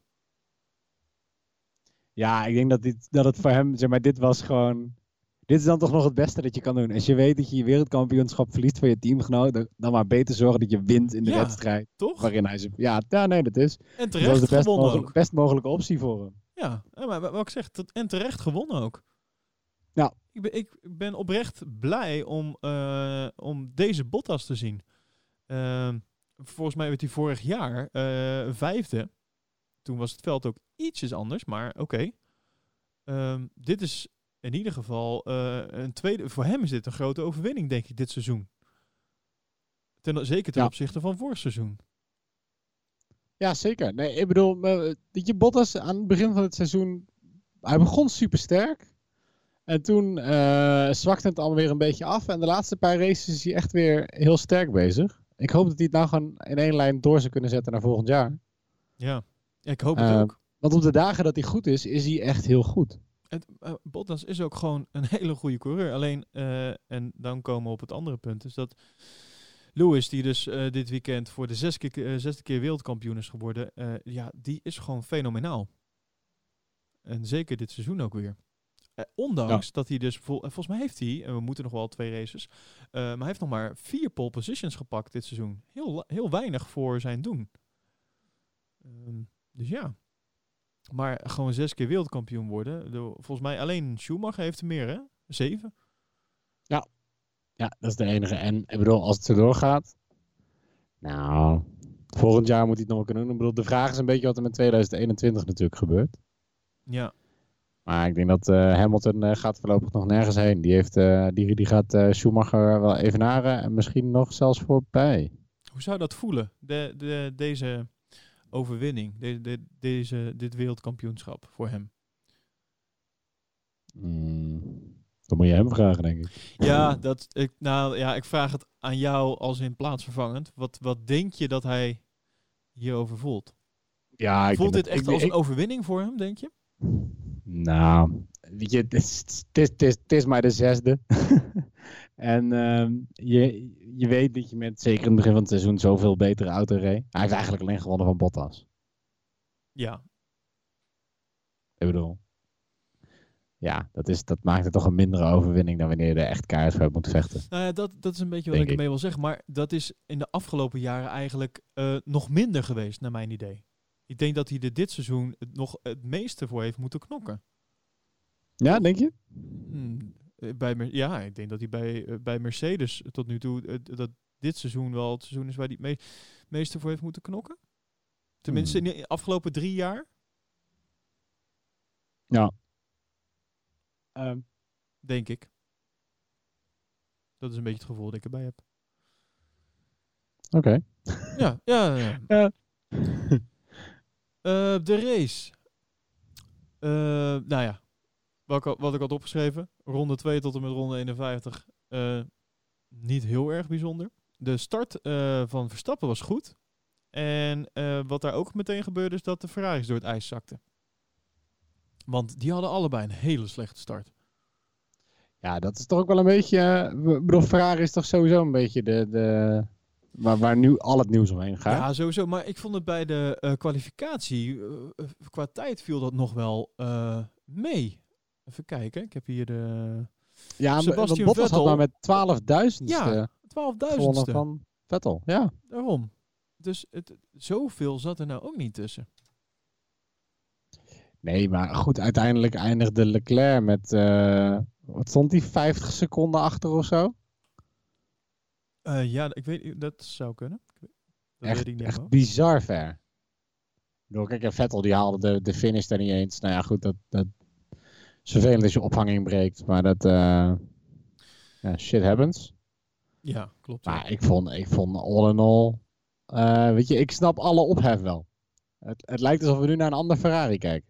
Ja, ik denk dat, dit, dat het voor hem, zeg maar, dit was gewoon... Dit is dan toch nog het beste dat je kan doen. Als je weet dat je je wereldkampioenschap verliest van je teamgenoot, dan, dan maar beter zorgen dat je wint in de ja, wedstrijd. Toch? Waarin hij ze... Ja, ja, nee, dat is... En terecht dat was de best gewonnen mogelijk, ook. best mogelijke optie voor hem. Ja, maar wat ik zeg, en terecht gewonnen ook. Ja. Ik ben, ik ben oprecht blij om, uh, om deze Bottas te zien. Uh, volgens mij werd hij vorig jaar uh, vijfde. Toen was het veld ook ietsjes anders, maar oké. Okay. Um, dit is in ieder geval uh, een tweede... Voor hem is dit een grote overwinning, denk ik, dit seizoen. Ten, zeker ten ja. opzichte van vorig seizoen. Ja, zeker. Nee, ik bedoel, weet je, Bottas aan het begin van het seizoen... Hij begon super sterk. En toen uh, zwakte het allemaal weer een beetje af. En de laatste paar races is hij echt weer heel sterk bezig. Ik hoop dat hij het nou gewoon in één lijn door zou kunnen zetten naar volgend jaar. Ja, ik hoop het uh, ook. Want op de dagen dat hij goed is, is hij echt heel goed. Het, uh, Bottas is ook gewoon een hele goede coureur. Alleen, uh, en dan komen we op het andere punt, is dat Lewis, die dus uh, dit weekend voor de zes keer, uh, zesde keer wereldkampioen is geworden, uh, ja, die is gewoon fenomenaal. En zeker dit seizoen ook weer. Uh, ondanks ja. dat hij dus... Vol, uh, volgens mij heeft hij... En we moeten nog wel twee races. Uh, maar hij heeft nog maar vier pole positions gepakt dit seizoen. Heel, heel weinig voor zijn doen. Um, dus ja. Maar gewoon zes keer wereldkampioen worden. De, volgens mij alleen Schumacher heeft er meer, hè? Zeven. Ja. Ja, dat is de enige. En ik bedoel, als het zo doorgaat... Nou... Volgend jaar moet hij het nog wel kunnen doen. Ik bedoel, de vraag is een beetje wat er met tweeduizend eenentwintig natuurlijk gebeurt. Ja. Maar ik denk dat uh, Hamilton uh, gaat voorlopig nog nergens heen. Die, heeft, uh, die, die gaat uh, Schumacher wel evenaren en misschien nog zelfs voorbij. Hoe zou dat voelen, de, de, deze overwinning, de, de, deze, dit wereldkampioenschap voor hem? Mm, dan moet je hem vragen, denk ik. Ja, dat, ik, nou, ja, ik vraag het aan jou als in plaatsvervangend. Wat, wat denk je dat hij hierover voelt? Ja, ik voelt dit dat, echt ik, als ik, een overwinning voor hem, denk je? Nou, weet je, het is, het is, het is maar de zesde. en um, je, je weet dat je met, zeker in het begin van het seizoen, zoveel betere auto reed. Hij heeft eigenlijk alleen gewonnen van Bottas. Ja. Ik bedoel... Ja, dat, is, dat maakt het toch een mindere overwinning dan wanneer je er echt keihard voor moet vechten. Nou ja, dat, dat is een beetje wat Denk ik ermee wil zeggen. Maar dat is in de afgelopen jaren eigenlijk uh, nog minder geweest, naar mijn idee. Ik denk dat hij er dit seizoen het nog het meeste voor heeft moeten knokken. Ja, denk je? Hmm, bij, ja, ik denk dat hij bij, uh, bij Mercedes tot nu toe... Uh, dat dit seizoen wel het seizoen is waar hij het me- meeste voor heeft moeten knokken. Tenminste, hmm. in de afgelopen drie jaar. Ja. Um. Denk ik. Dat is een beetje het gevoel dat ik erbij heb. Oké. Okay. Ja, ja, ja. ja. uh, de race. Uh, nou ja, wat ik, wat ik had opgeschreven. Ronde twee tot en met ronde eenenvijftig. Uh, niet heel erg bijzonder. De start uh, van Verstappen was goed. En uh, wat daar ook meteen gebeurde is dat de Ferraris door het ijs zakten. Want die hadden allebei een hele slechte start. Ja, dat is toch ook wel een beetje... Ik uh, bedoel, Ferrari is toch sowieso een beetje de... de waar, waar nu al het nieuws omheen gaat. Ja, sowieso. Maar ik vond het bij de uh, kwalificatie... Uh, qua tijd viel dat nog wel uh, mee. Even kijken. Ik heb hier de... Ja, Sebastian Bottas Vettel had maar met twaalfduizendste Ja, twaalfduizendste van Vettel. Ja. Daarom. Dus het, zoveel zat er nou ook niet tussen. Nee, maar goed, uiteindelijk eindigde Leclerc met, uh, wat stond hij, vijftig seconden achter of zo? Uh, ja, ik weet, dat zou kunnen. Dat echt weet ik niet echt ook. bizar ver. Door, kijk, Vettel die haalde de, de finish daar niet eens. Nou ja, goed, dat, dat is vervelend als je ophanging breekt, maar dat, uh, ja, shit happens. Ja, klopt. Maar ja. ik vond, ik vond all in all, uh, weet je, ik snap alle ophef wel. Het, het lijkt alsof we nu naar een ander Ferrari kijken.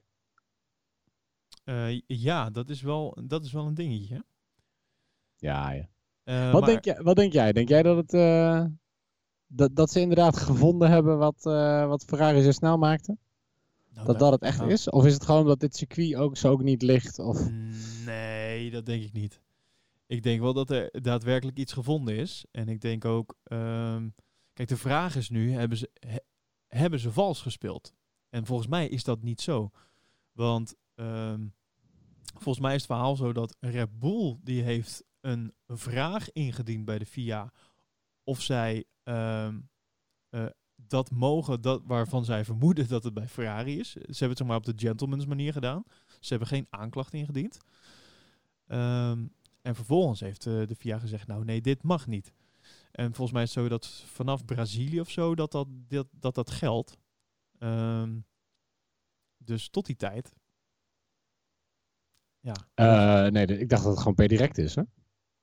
Uh, ja, dat is, wel, dat is wel een dingetje. Hè? Ja, ja. Uh, wat, maar... denk jij, wat denk jij? Denk jij dat, het, uh, dat, dat ze inderdaad gevonden hebben wat, uh, wat Ferrari zo snel maakte? Nou, dat dat het echt nou... is? Of is het gewoon dat dit circuit ook zo ook niet ligt? Of... Nee, dat denk ik niet. Ik denk wel dat er daadwerkelijk iets gevonden is. En ik denk ook... Um, kijk, de vraag is nu, hebben ze, he, hebben ze vals gespeeld? En volgens mij is dat niet zo. Want... Um, volgens mij is het verhaal zo dat Red Bull die heeft een vraag ingediend bij de F I A of zij um, uh, dat mogen, dat, waarvan zij vermoeden dat het bij Ferrari is. Ze hebben het zeg maar op de gentleman's manier gedaan. Ze hebben geen aanklacht ingediend. Um, en vervolgens heeft uh, de F I A gezegd, nou nee, dit mag niet. En volgens mij is het zo dat vanaf Brazilië of zo dat dat, dat, dat, dat geldt. Um, dus tot die tijd... Ja. Uh, nee, ik dacht dat het gewoon per direct is, hè?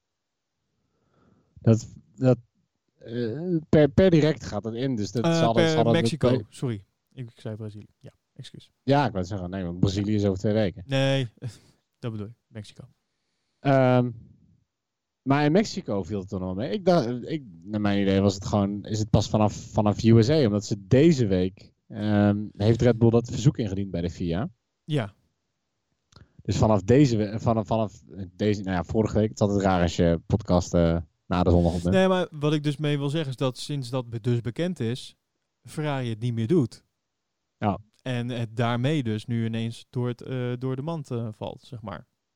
Dat, dat uh, per, per direct gaat het in, dus dat uh, zal per het, zal Mexico, het, sorry. Ik zei Brazilië. Ja, excuus. Ja, ik wou zeggen, nee, want Brazilië is over twee weken. Nee, dat bedoel ik. Mexico. Um, maar in Mexico viel het er nog mee. Ik dacht, ik, naar mijn idee was het gewoon, is het pas vanaf, vanaf U S A, omdat ze deze week um, heeft Red Bull dat verzoek ingediend bij de F I A. Ja. Dus vanaf deze, vanaf, vanaf deze, nou ja, vorige week, het is altijd raar als je podcast uh, na de zondag opneemt. Nee, maar wat ik dus mee wil zeggen is dat sinds dat dus bekend is, Ferrari het niet meer doet. Ja. En het daarmee dus nu ineens door, het, uh, door de mand uh, valt, zeg maar.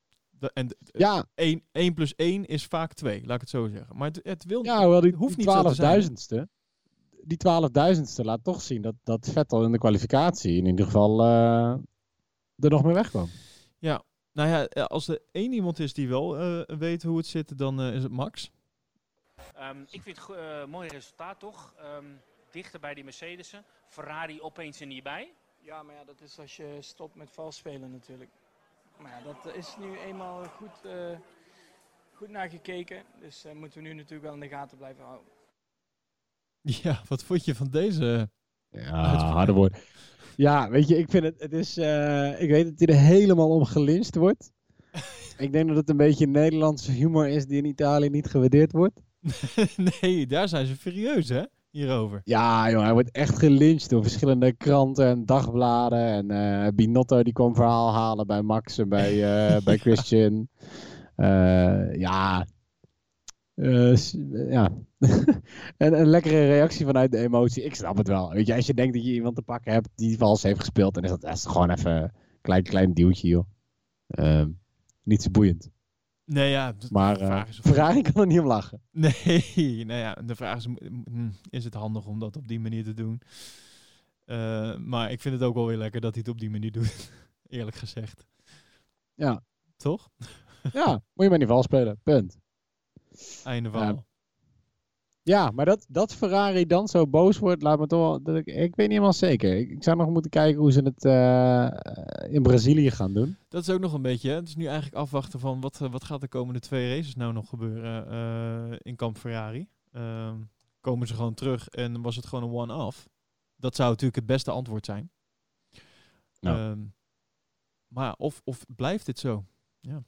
De, en d- Ja, één plus één is vaak twee, laat ik het zo zeggen. Maar het, het wil ja wel die, hoeft die niet zo te zijn. twaalfduizendste. Die twaalfduizendste laat toch zien dat, dat Vettel in de kwalificatie in ieder geval uh, er nog mee wegkwam. Ja, nou ja, als er één iemand is die wel uh, weet hoe het zit, dan uh, is het Max. Um, ik vind het een uh, mooi resultaat toch. Um, dichter bij die Mercedes'en. Ferrari opeens er niet bij. Ja, maar ja, dat is als je stopt met vals spelen natuurlijk. Maar ja, dat is nu eenmaal goed, uh, goed naar gekeken. Dus uh, moeten we nu natuurlijk wel in de gaten blijven houden. Ja, wat vond je van deze? Ja, harde woord. Ja, weet je, ik vind het, het is, uh, ik weet dat hij er helemaal om gelyncht wordt. Ik denk dat het een beetje Nederlandse humor is die in Italië niet gewaardeerd wordt. Nee, daar zijn ze furieus, hè, hierover. Ja, joh, hij wordt echt gelyncht door verschillende kranten en dagbladen. En uh, Binotto die kwam verhaal halen bij Max en bij, uh, bij Christian. Uh, ja... Uh, ja, een, een lekkere reactie vanuit de emotie. Ik snap het wel. Weet je, als je denkt dat je iemand te pakken hebt die vals heeft gespeeld, dan is dat, dat is gewoon even een klein, klein duwtje, joh. Uh, niet zo boeiend. Nee, ja. Maar uh, Ferrari kan er niet om lachen. Nee, nou ja, de vraag is, is het handig om dat op die manier te doen? Uh, maar ik vind het ook wel weer lekker dat hij het op die manier doet. Eerlijk gezegd. Ja. Toch? Ja, moet je maar niet vals spelen. Punt. Einde verhaal. Uh, ja, maar dat, dat Ferrari dan zo boos wordt, laat me toch wel... Dat ik, ik weet niet helemaal zeker. Ik, ik zou nog moeten kijken hoe ze het uh, in Brazilië gaan doen. Dat is ook nog een beetje... Hè? Het is nu eigenlijk afwachten van wat, wat gaat de komende twee races nou nog gebeuren uh, in kamp Ferrari. Uh, komen ze gewoon terug en was het gewoon een one-off? Dat zou natuurlijk het beste antwoord zijn. Nou. Uh, maar of, of blijft dit zo? Ja.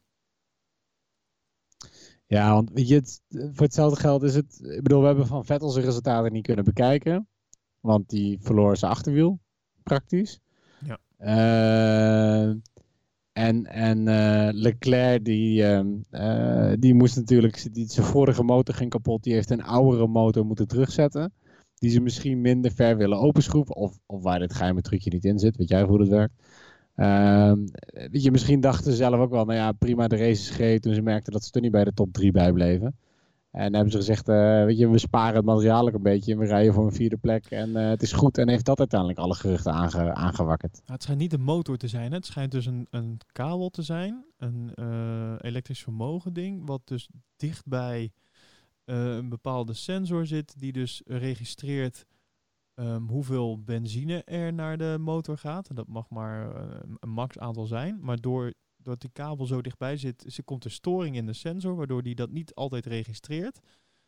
Ja, want weet je, het, voor hetzelfde geld is het... Ik bedoel, we hebben van Vettel zijn resultaten niet kunnen bekijken. Want die verloor zijn achterwiel, praktisch. Ja. Uh, en en uh, Leclerc, die, uh, uh, die moest natuurlijk... Die, zijn vorige motor ging kapot. Die heeft een oudere motor moeten terugzetten. Die ze misschien minder ver willen openschroeven. Of, of waar dit geheime trucje niet in zit. Weet jij hoe dat werkt? Uh, weet je, misschien dachten ze zelf ook wel, nou ja, prima de races gereden toen ze merkten dat ze er niet bij de top drie bij bleven. En dan hebben ze gezegd, uh, weet je, we sparen het materiaal ook een beetje en we rijden voor een vierde plek en uh, het is goed. En heeft dat uiteindelijk alle geruchten aange- aangewakkerd. Nou, het schijnt niet een motor te zijn, hè? Het schijnt dus een, een kabel te zijn, een uh, elektrisch vermogen ding, wat dus dicht bij uh, een bepaalde sensor zit, die dus registreert Um, hoeveel benzine er naar de motor gaat. En dat mag maar uh, een max aantal zijn. Maar door, doordat die kabel zo dichtbij zit, is, komt er storing in de sensor, waardoor die dat niet altijd registreert.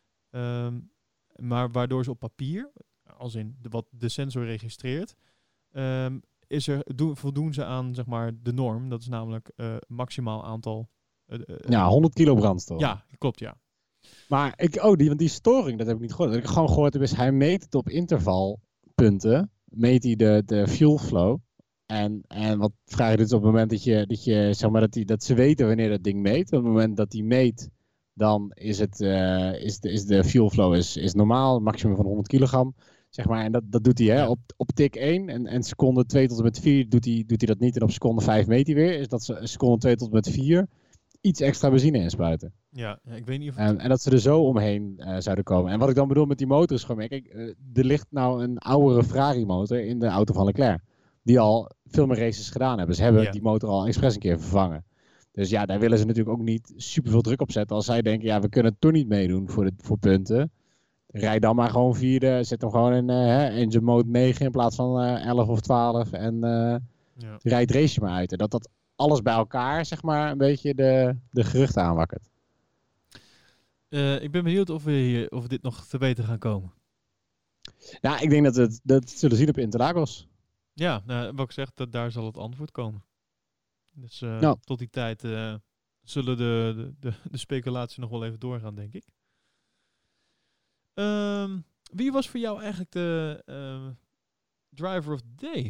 Um, maar waardoor ze op papier, als in de, wat de sensor registreert, um, is er, doen, voldoen ze aan zeg maar, de norm. Dat is namelijk uh, maximaal aantal... Uh, uh, ja, honderd kilo brandstof. Ja, klopt, ja. Maar ik, oh, die, want die storing, dat heb ik niet gehoord. Wat ik gewoon gehoord heb is, hij meet het op intervalpunten. Meet hij de, de fuel flow. En, en wat vraag je dus op het moment dat je, dat je zeg maar, dat, die, dat ze weten wanneer dat ding meet. Op het moment dat hij meet, dan is het, uh, is de, is de fuel flow is, is normaal, maximum van honderd kilogram. Zeg maar, en dat, dat doet hij hè, ja. op, op tik één. En, en seconde twee tot en met vier doet hij, doet hij dat niet. En op seconde vijf meet hij weer. Is dat ze seconde twee tot en met vier iets extra benzine inspuiten. Ja, ik weet niet of... En, en dat ze er zo omheen uh, zouden komen. En wat ik dan bedoel met die motor is gewoon... Kijk, uh, er ligt nou een oudere Ferrari motor in de auto van Leclerc. Die al veel meer races gedaan hebben. Ze hebben ja. die motor al expres een keer vervangen. Dus ja, daar willen ze natuurlijk ook niet super veel druk op zetten. Als zij denken, ja, we kunnen toch niet meedoen voor, de, voor punten. Rijd dan maar gewoon vierde. Zet hem gewoon in uh, engine mode negen in plaats van uh, elf of twaalf. En uh, ja. rijd race maar uit. En dat dat alles bij elkaar, zeg maar, een beetje de, de geruchten aanwakkert. Uh, ik ben benieuwd of we, hier, of we dit nog te weten gaan komen. Ja, ik denk dat we het, dat het zullen zien op Interlagos. Ja, nou, wat ik zeg, dat daar zal het antwoord komen. Dus uh, nou. tot die tijd uh, zullen de, de, de, de speculatie nog wel even doorgaan, denk ik. Um, wie was voor jou eigenlijk de uh, driver of the day?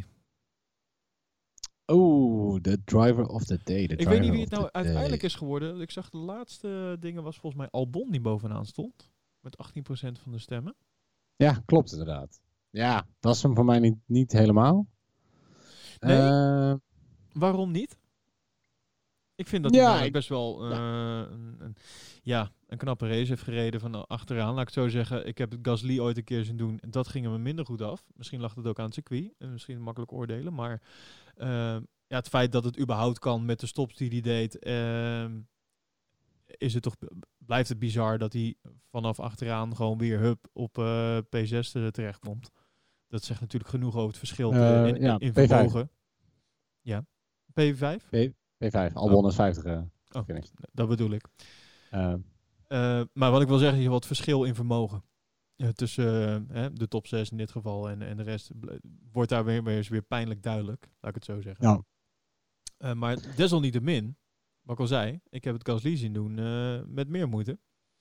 Oh, de driver of the day. Ik weet niet wie het nou uiteindelijk day. is geworden. Ik zag de laatste dingen was volgens mij Albon die bovenaan stond. Met achttien procent van de stemmen. Ja, klopt inderdaad. Ja, dat was hem voor mij niet, niet helemaal. Nee? Uh, Waarom niet? Ik vind dat Ja, hij namelijk ik- best wel uh, een, een, ja, een knappe race heeft gereden van achteraan. Laat ik het zo zeggen, ik heb het Gasly ooit een keer zien doen. Dat ging hem minder goed af. Misschien lag het ook aan het circuit. En misschien makkelijk oordelen. Maar uh, ja, het feit dat het überhaupt kan met de stops die hij deed... Uh, is het toch, blijft het bizar dat hij vanaf achteraan gewoon weer hup op uh, P zes terechtkomt. Dat zegt natuurlijk genoeg over het verschil Uh, in, ja, in P vijf. vermogen. Ja, P vijf? P vijf, Albon is vijftig. Uh, oh, dat bedoel ik. Uh, uh, maar wat ik wil zeggen is wat verschil in vermogen. Uh, tussen uh, hè, de top zes in dit geval en, en de rest wordt daar weer, weer, weer pijnlijk duidelijk. Laat ik het zo zeggen. Ja. Uh, maar desalniettemin, wat ik al zei, ik heb het Gasly zien doen uh, met meer moeite.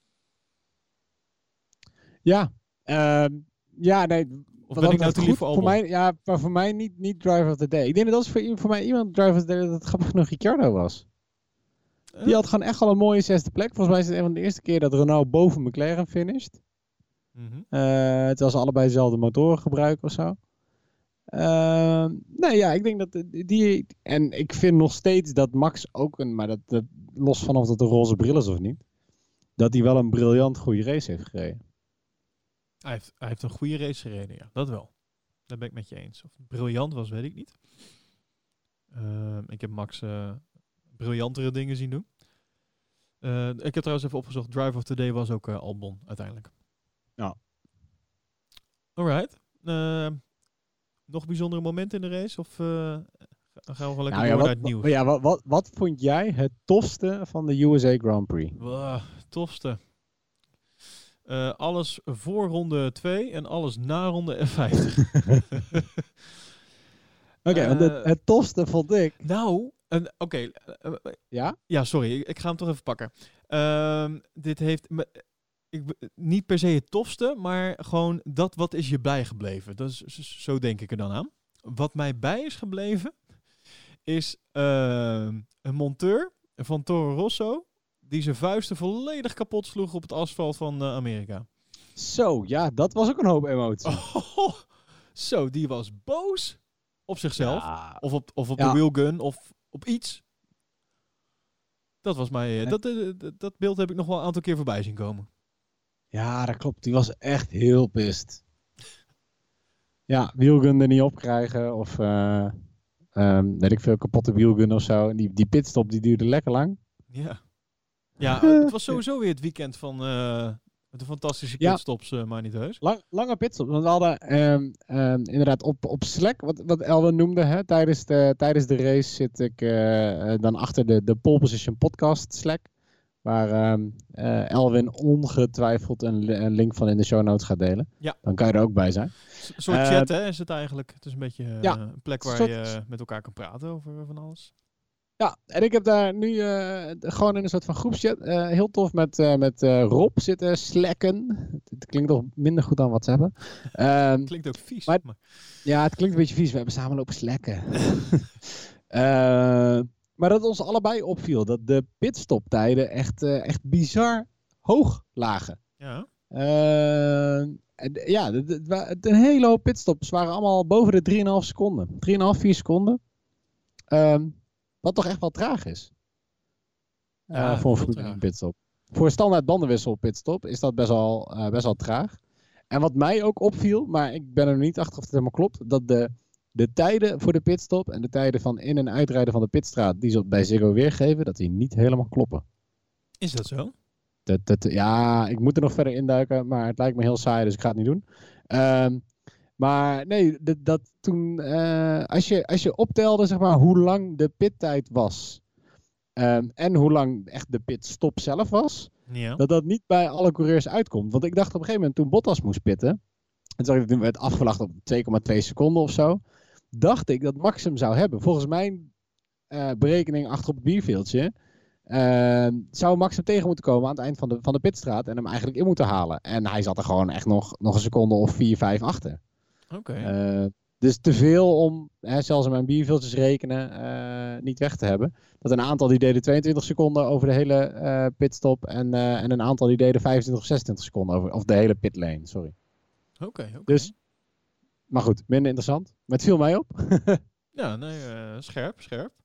Ja, uh, ja, nee. Of ben ik nou te lief voor Albon? Voor mij, ja, maar voor mij niet, niet driver of the day. Ik denk dat dat voor, voor mij iemand driver of the day dat het grappig genoeg Ricciardo was. Uh? Die had gewoon echt al een mooie zesde plek. Volgens mij is het een van de eerste keer dat Renault boven McLaren finished. Mm-hmm. Uh, terwijl ze allebei dezelfde motoren gebruiken of zo. Uh, nee, ja, ik denk dat die... En ik vind nog steeds dat Max ook een... Maar dat, dat los van of dat een roze bril is of niet. Dat hij wel een briljant goede race heeft gereden. Hij heeft, hij heeft een goede race gereden, ja. Dat wel. Daar ben ik met je eens. Of het briljant was, weet ik niet. Uh, ik heb Max uh, briljantere dingen zien doen. Uh, ik heb trouwens even opgezocht. Driver of the Day was ook uh, Albon, uiteindelijk. Ja. Alright. Uh, nog bijzondere momenten in de race? Of uh, gaan we gewoon lekker nou, door ja, naar het nieuws? Ja, wat, wat, wat vond jij het tofste van de U S A Grand Prix? Uh, tofste. Uh, alles voor ronde twee en alles na ronde F vijftig. Oké, okay, uh, want het, het tofste vond ik... Nou, uh, oké. Okay, uh, uh, ja? Ja, sorry. Ik, ik ga hem toch even pakken. Uh, dit heeft... Me, ik, niet per se het tofste, maar gewoon dat wat is je bijgebleven. Dat is, zo denk ik er dan aan. Wat mij bij is gebleven, is uh, een monteur van Toro Rosso die zijn vuisten volledig kapot sloeg op het asfalt van uh, Amerika. Zo, ja, dat was ook een hoop emotie. Oh, zo, die was boos op zichzelf. Ja. Of op, of op ja. de wheelgun, of op iets. Dat was mij... Uh, dat, uh, dat beeld heb ik nog wel een aantal keer voorbij zien komen. Ja, dat klopt. Die was echt heel pist. Ja, wheelgun er niet op krijgen. Of, uh, um, weet ik veel, kapotte wheelgun of zo. En die, die pitstop, die duurde lekker lang. Ja. Ja, het was sowieso weer het weekend van uh, de fantastische pitstops, ja. uh, maar niet heus. Lang, lange pitstops. Want we hadden um, um, inderdaad op, op Slack, wat, wat Elwin noemde, hè, tijdens, de, tijdens de race zit ik uh, dan achter de, de Pole Position podcast Slack. Waar um, uh, Elwin ongetwijfeld een, een link van in de show notes gaat delen. Ja. Dan kan je er ook bij zijn. Een soort uh, chat, hè, is het eigenlijk. Het is een beetje uh, ja, een plek waar soort... je met elkaar kan praten over van alles. Ja, en ik heb daar nu uh, gewoon in een soort van groepschat uh, heel tof met, uh, met uh, Rob zitten slacken. Het klinkt toch minder goed dan WhatsApp. Um, klinkt ook vies. Maar, maar... Ja, het klinkt een beetje vies. We hebben samen lopen slacken. uh, maar dat ons allebei opviel dat de pitstoptijden echt, uh, echt bizar hoog lagen. Ja. Uh, en, ja, de, de, de, een hele hoop pitstops waren allemaal boven de drie komma vijf seconden. drie komma vijf, vier seconden. Um, Wat toch echt wel traag is. Ja, uh, voor een Formule één pitstop. Voor een standaard bandenwissel pitstop is dat best wel, uh, best wel traag. En wat mij ook opviel, maar ik ben er niet achter of het helemaal klopt, dat de, de tijden voor de pitstop en de tijden van in- en uitrijden van de pitstraat die ze bij Ziggo weergeven, dat die niet helemaal kloppen. Is dat zo? Dat, dat, ja, ik moet er nog verder induiken, maar het lijkt me heel saai, dus ik ga het niet doen. Um, Maar nee, dat, dat toen, uh, als, je, als je optelde zeg maar, hoe lang de pittijd was um, en hoe lang echt de pitstop zelf was, ja. dat dat niet bij alle coureurs uitkomt. Want ik dacht op een gegeven moment toen Bottas moest pitten, en zag ik toen werd afgelacht op twee komma twee seconden of zo, dacht ik dat Max hem zou hebben. Volgens mijn uh, berekening achter op het bierveeltje uh, zou Max hem tegen moeten komen aan het eind van de, van de pitstraat en hem eigenlijk in moeten halen. En hij zat er gewoon echt nog, nog een seconde of vier, vijf achter. Oké. Okay. Uh, dus te veel om, hè, zelfs in mijn bierveeltjes rekenen, uh, niet weg te hebben. Dat een aantal die deden tweeëntwintig seconden over de hele uh, pitstop. En, uh, en een aantal die deden vijfentwintig of zesentwintig seconden over, of de hele pitlane, sorry. Oké, okay, oké. Okay. Dus, maar goed, minder interessant. Maar het viel mij op. Ja, nee, uh, scherp, scherp.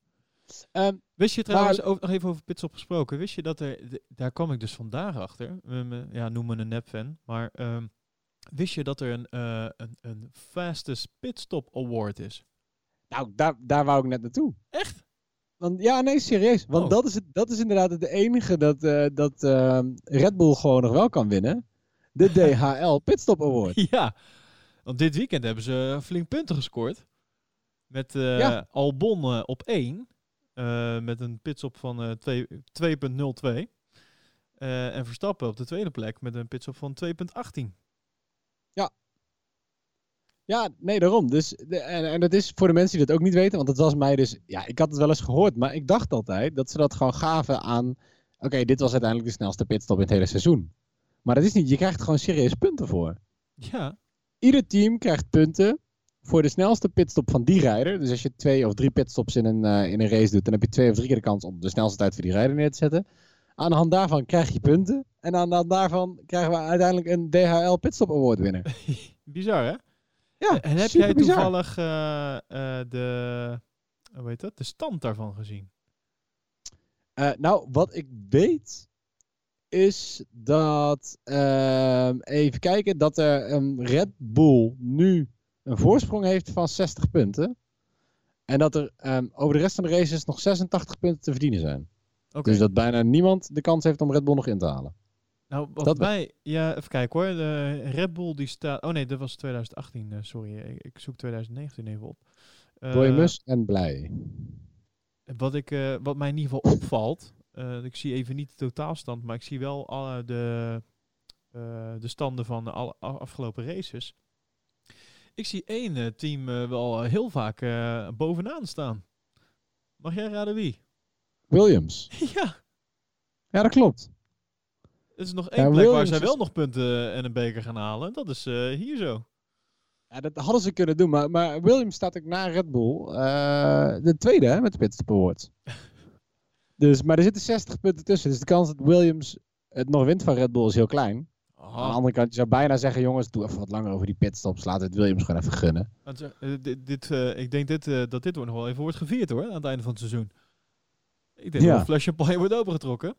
Ehm, Wist je trouwens, Maar- ook nog even over pitstop gesproken, wist je dat er, de- daar kwam ik dus vandaag achter, um, uh, ja, noem me een nep-fan, maar um, wist je dat er een, uh, een, een fastest pitstop award is? nou, daar, daar wou ik net naartoe. Echt? Want, ja, nee, serieus. Want Oh. dat, is het, dat is inderdaad het enige dat, uh, dat uh, Red Bull gewoon nog wel kan winnen. De D H L Pitstop Award. Ja, want dit weekend hebben ze flink punten gescoord. Met uh, Ja. Albon uh, op één. Uh, met een pitstop van uh, twee komma nul twee. Uh, en Verstappen op de tweede plek met een pitstop van twee komma achttien. Ja, nee, daarom. Dus, de, en, en dat is voor de mensen die dat ook niet weten, want dat was mij dus... Ja, ik had het wel eens gehoord, maar ik dacht altijd dat ze dat gewoon gaven aan... Oké, okay, dit was uiteindelijk de snelste pitstop in het hele seizoen. Maar dat is niet. Je krijgt gewoon serieus punten voor. Ja. Ieder team krijgt punten voor de snelste pitstop van die rijder. Dus als je twee of drie pitstops in een, uh, in een race doet, dan heb je twee of drie keer de kans om de snelste tijd voor die rijder neer te zetten. Aan de hand daarvan krijg je punten. En aan de hand daarvan krijgen we uiteindelijk een D H L Pitstop Award winner. Bizar, hè? Ja, en heb super jij bizar. toevallig uh, uh, de, hoe heet dat? de stand daarvan gezien? Uh, nou, wat ik weet is dat, uh, even kijken, dat er een Red Bull nu een voorsprong heeft van zestig punten. En dat er um, over de rest van de races nog zesentachtig punten te verdienen zijn. Okay. Dus dat bijna niemand de kans heeft om Red Bull nog in te halen. Nou, wat dat mij... Ja, even kijken hoor. De Red Bull die staat... Oh nee, dat was twintig achttien. Uh, sorry, ik, ik zoek twintig negentien even op. Uh, Boemus en blij. Wat, ik, uh, wat mij in ieder geval opvalt... Uh, ik zie even niet de totaalstand, maar ik zie wel alle de, uh, de standen van de alle afgelopen races. Ik zie één uh, team uh, wel heel vaak uh, bovenaan staan. Mag jij raden wie? Williams. Ja. Ja, dat klopt. Er is nog één ja, plek Williams waar zij wel is... nog punten en een beker gaan halen. Dat is uh, hier zo. Ja, dat hadden ze kunnen doen, maar, maar Williams staat ook na Red Bull. Uh, de tweede hè, met de Pitstop Award. Dus, maar er zitten zestig punten tussen. Dus de kans dat Williams het nog wint van Red Bull is heel klein. Oh. Aan de andere kant, je zou bijna zeggen, jongens, doe even wat langer over die pitstops. Laat het Williams gewoon even gunnen. Uh, dit, dit, uh, ik denk dit, uh, dat dit nog wel even wordt gevierd hoor, aan het einde van het seizoen. Ik denk ja. dat een fles champagne wordt opengetrokken.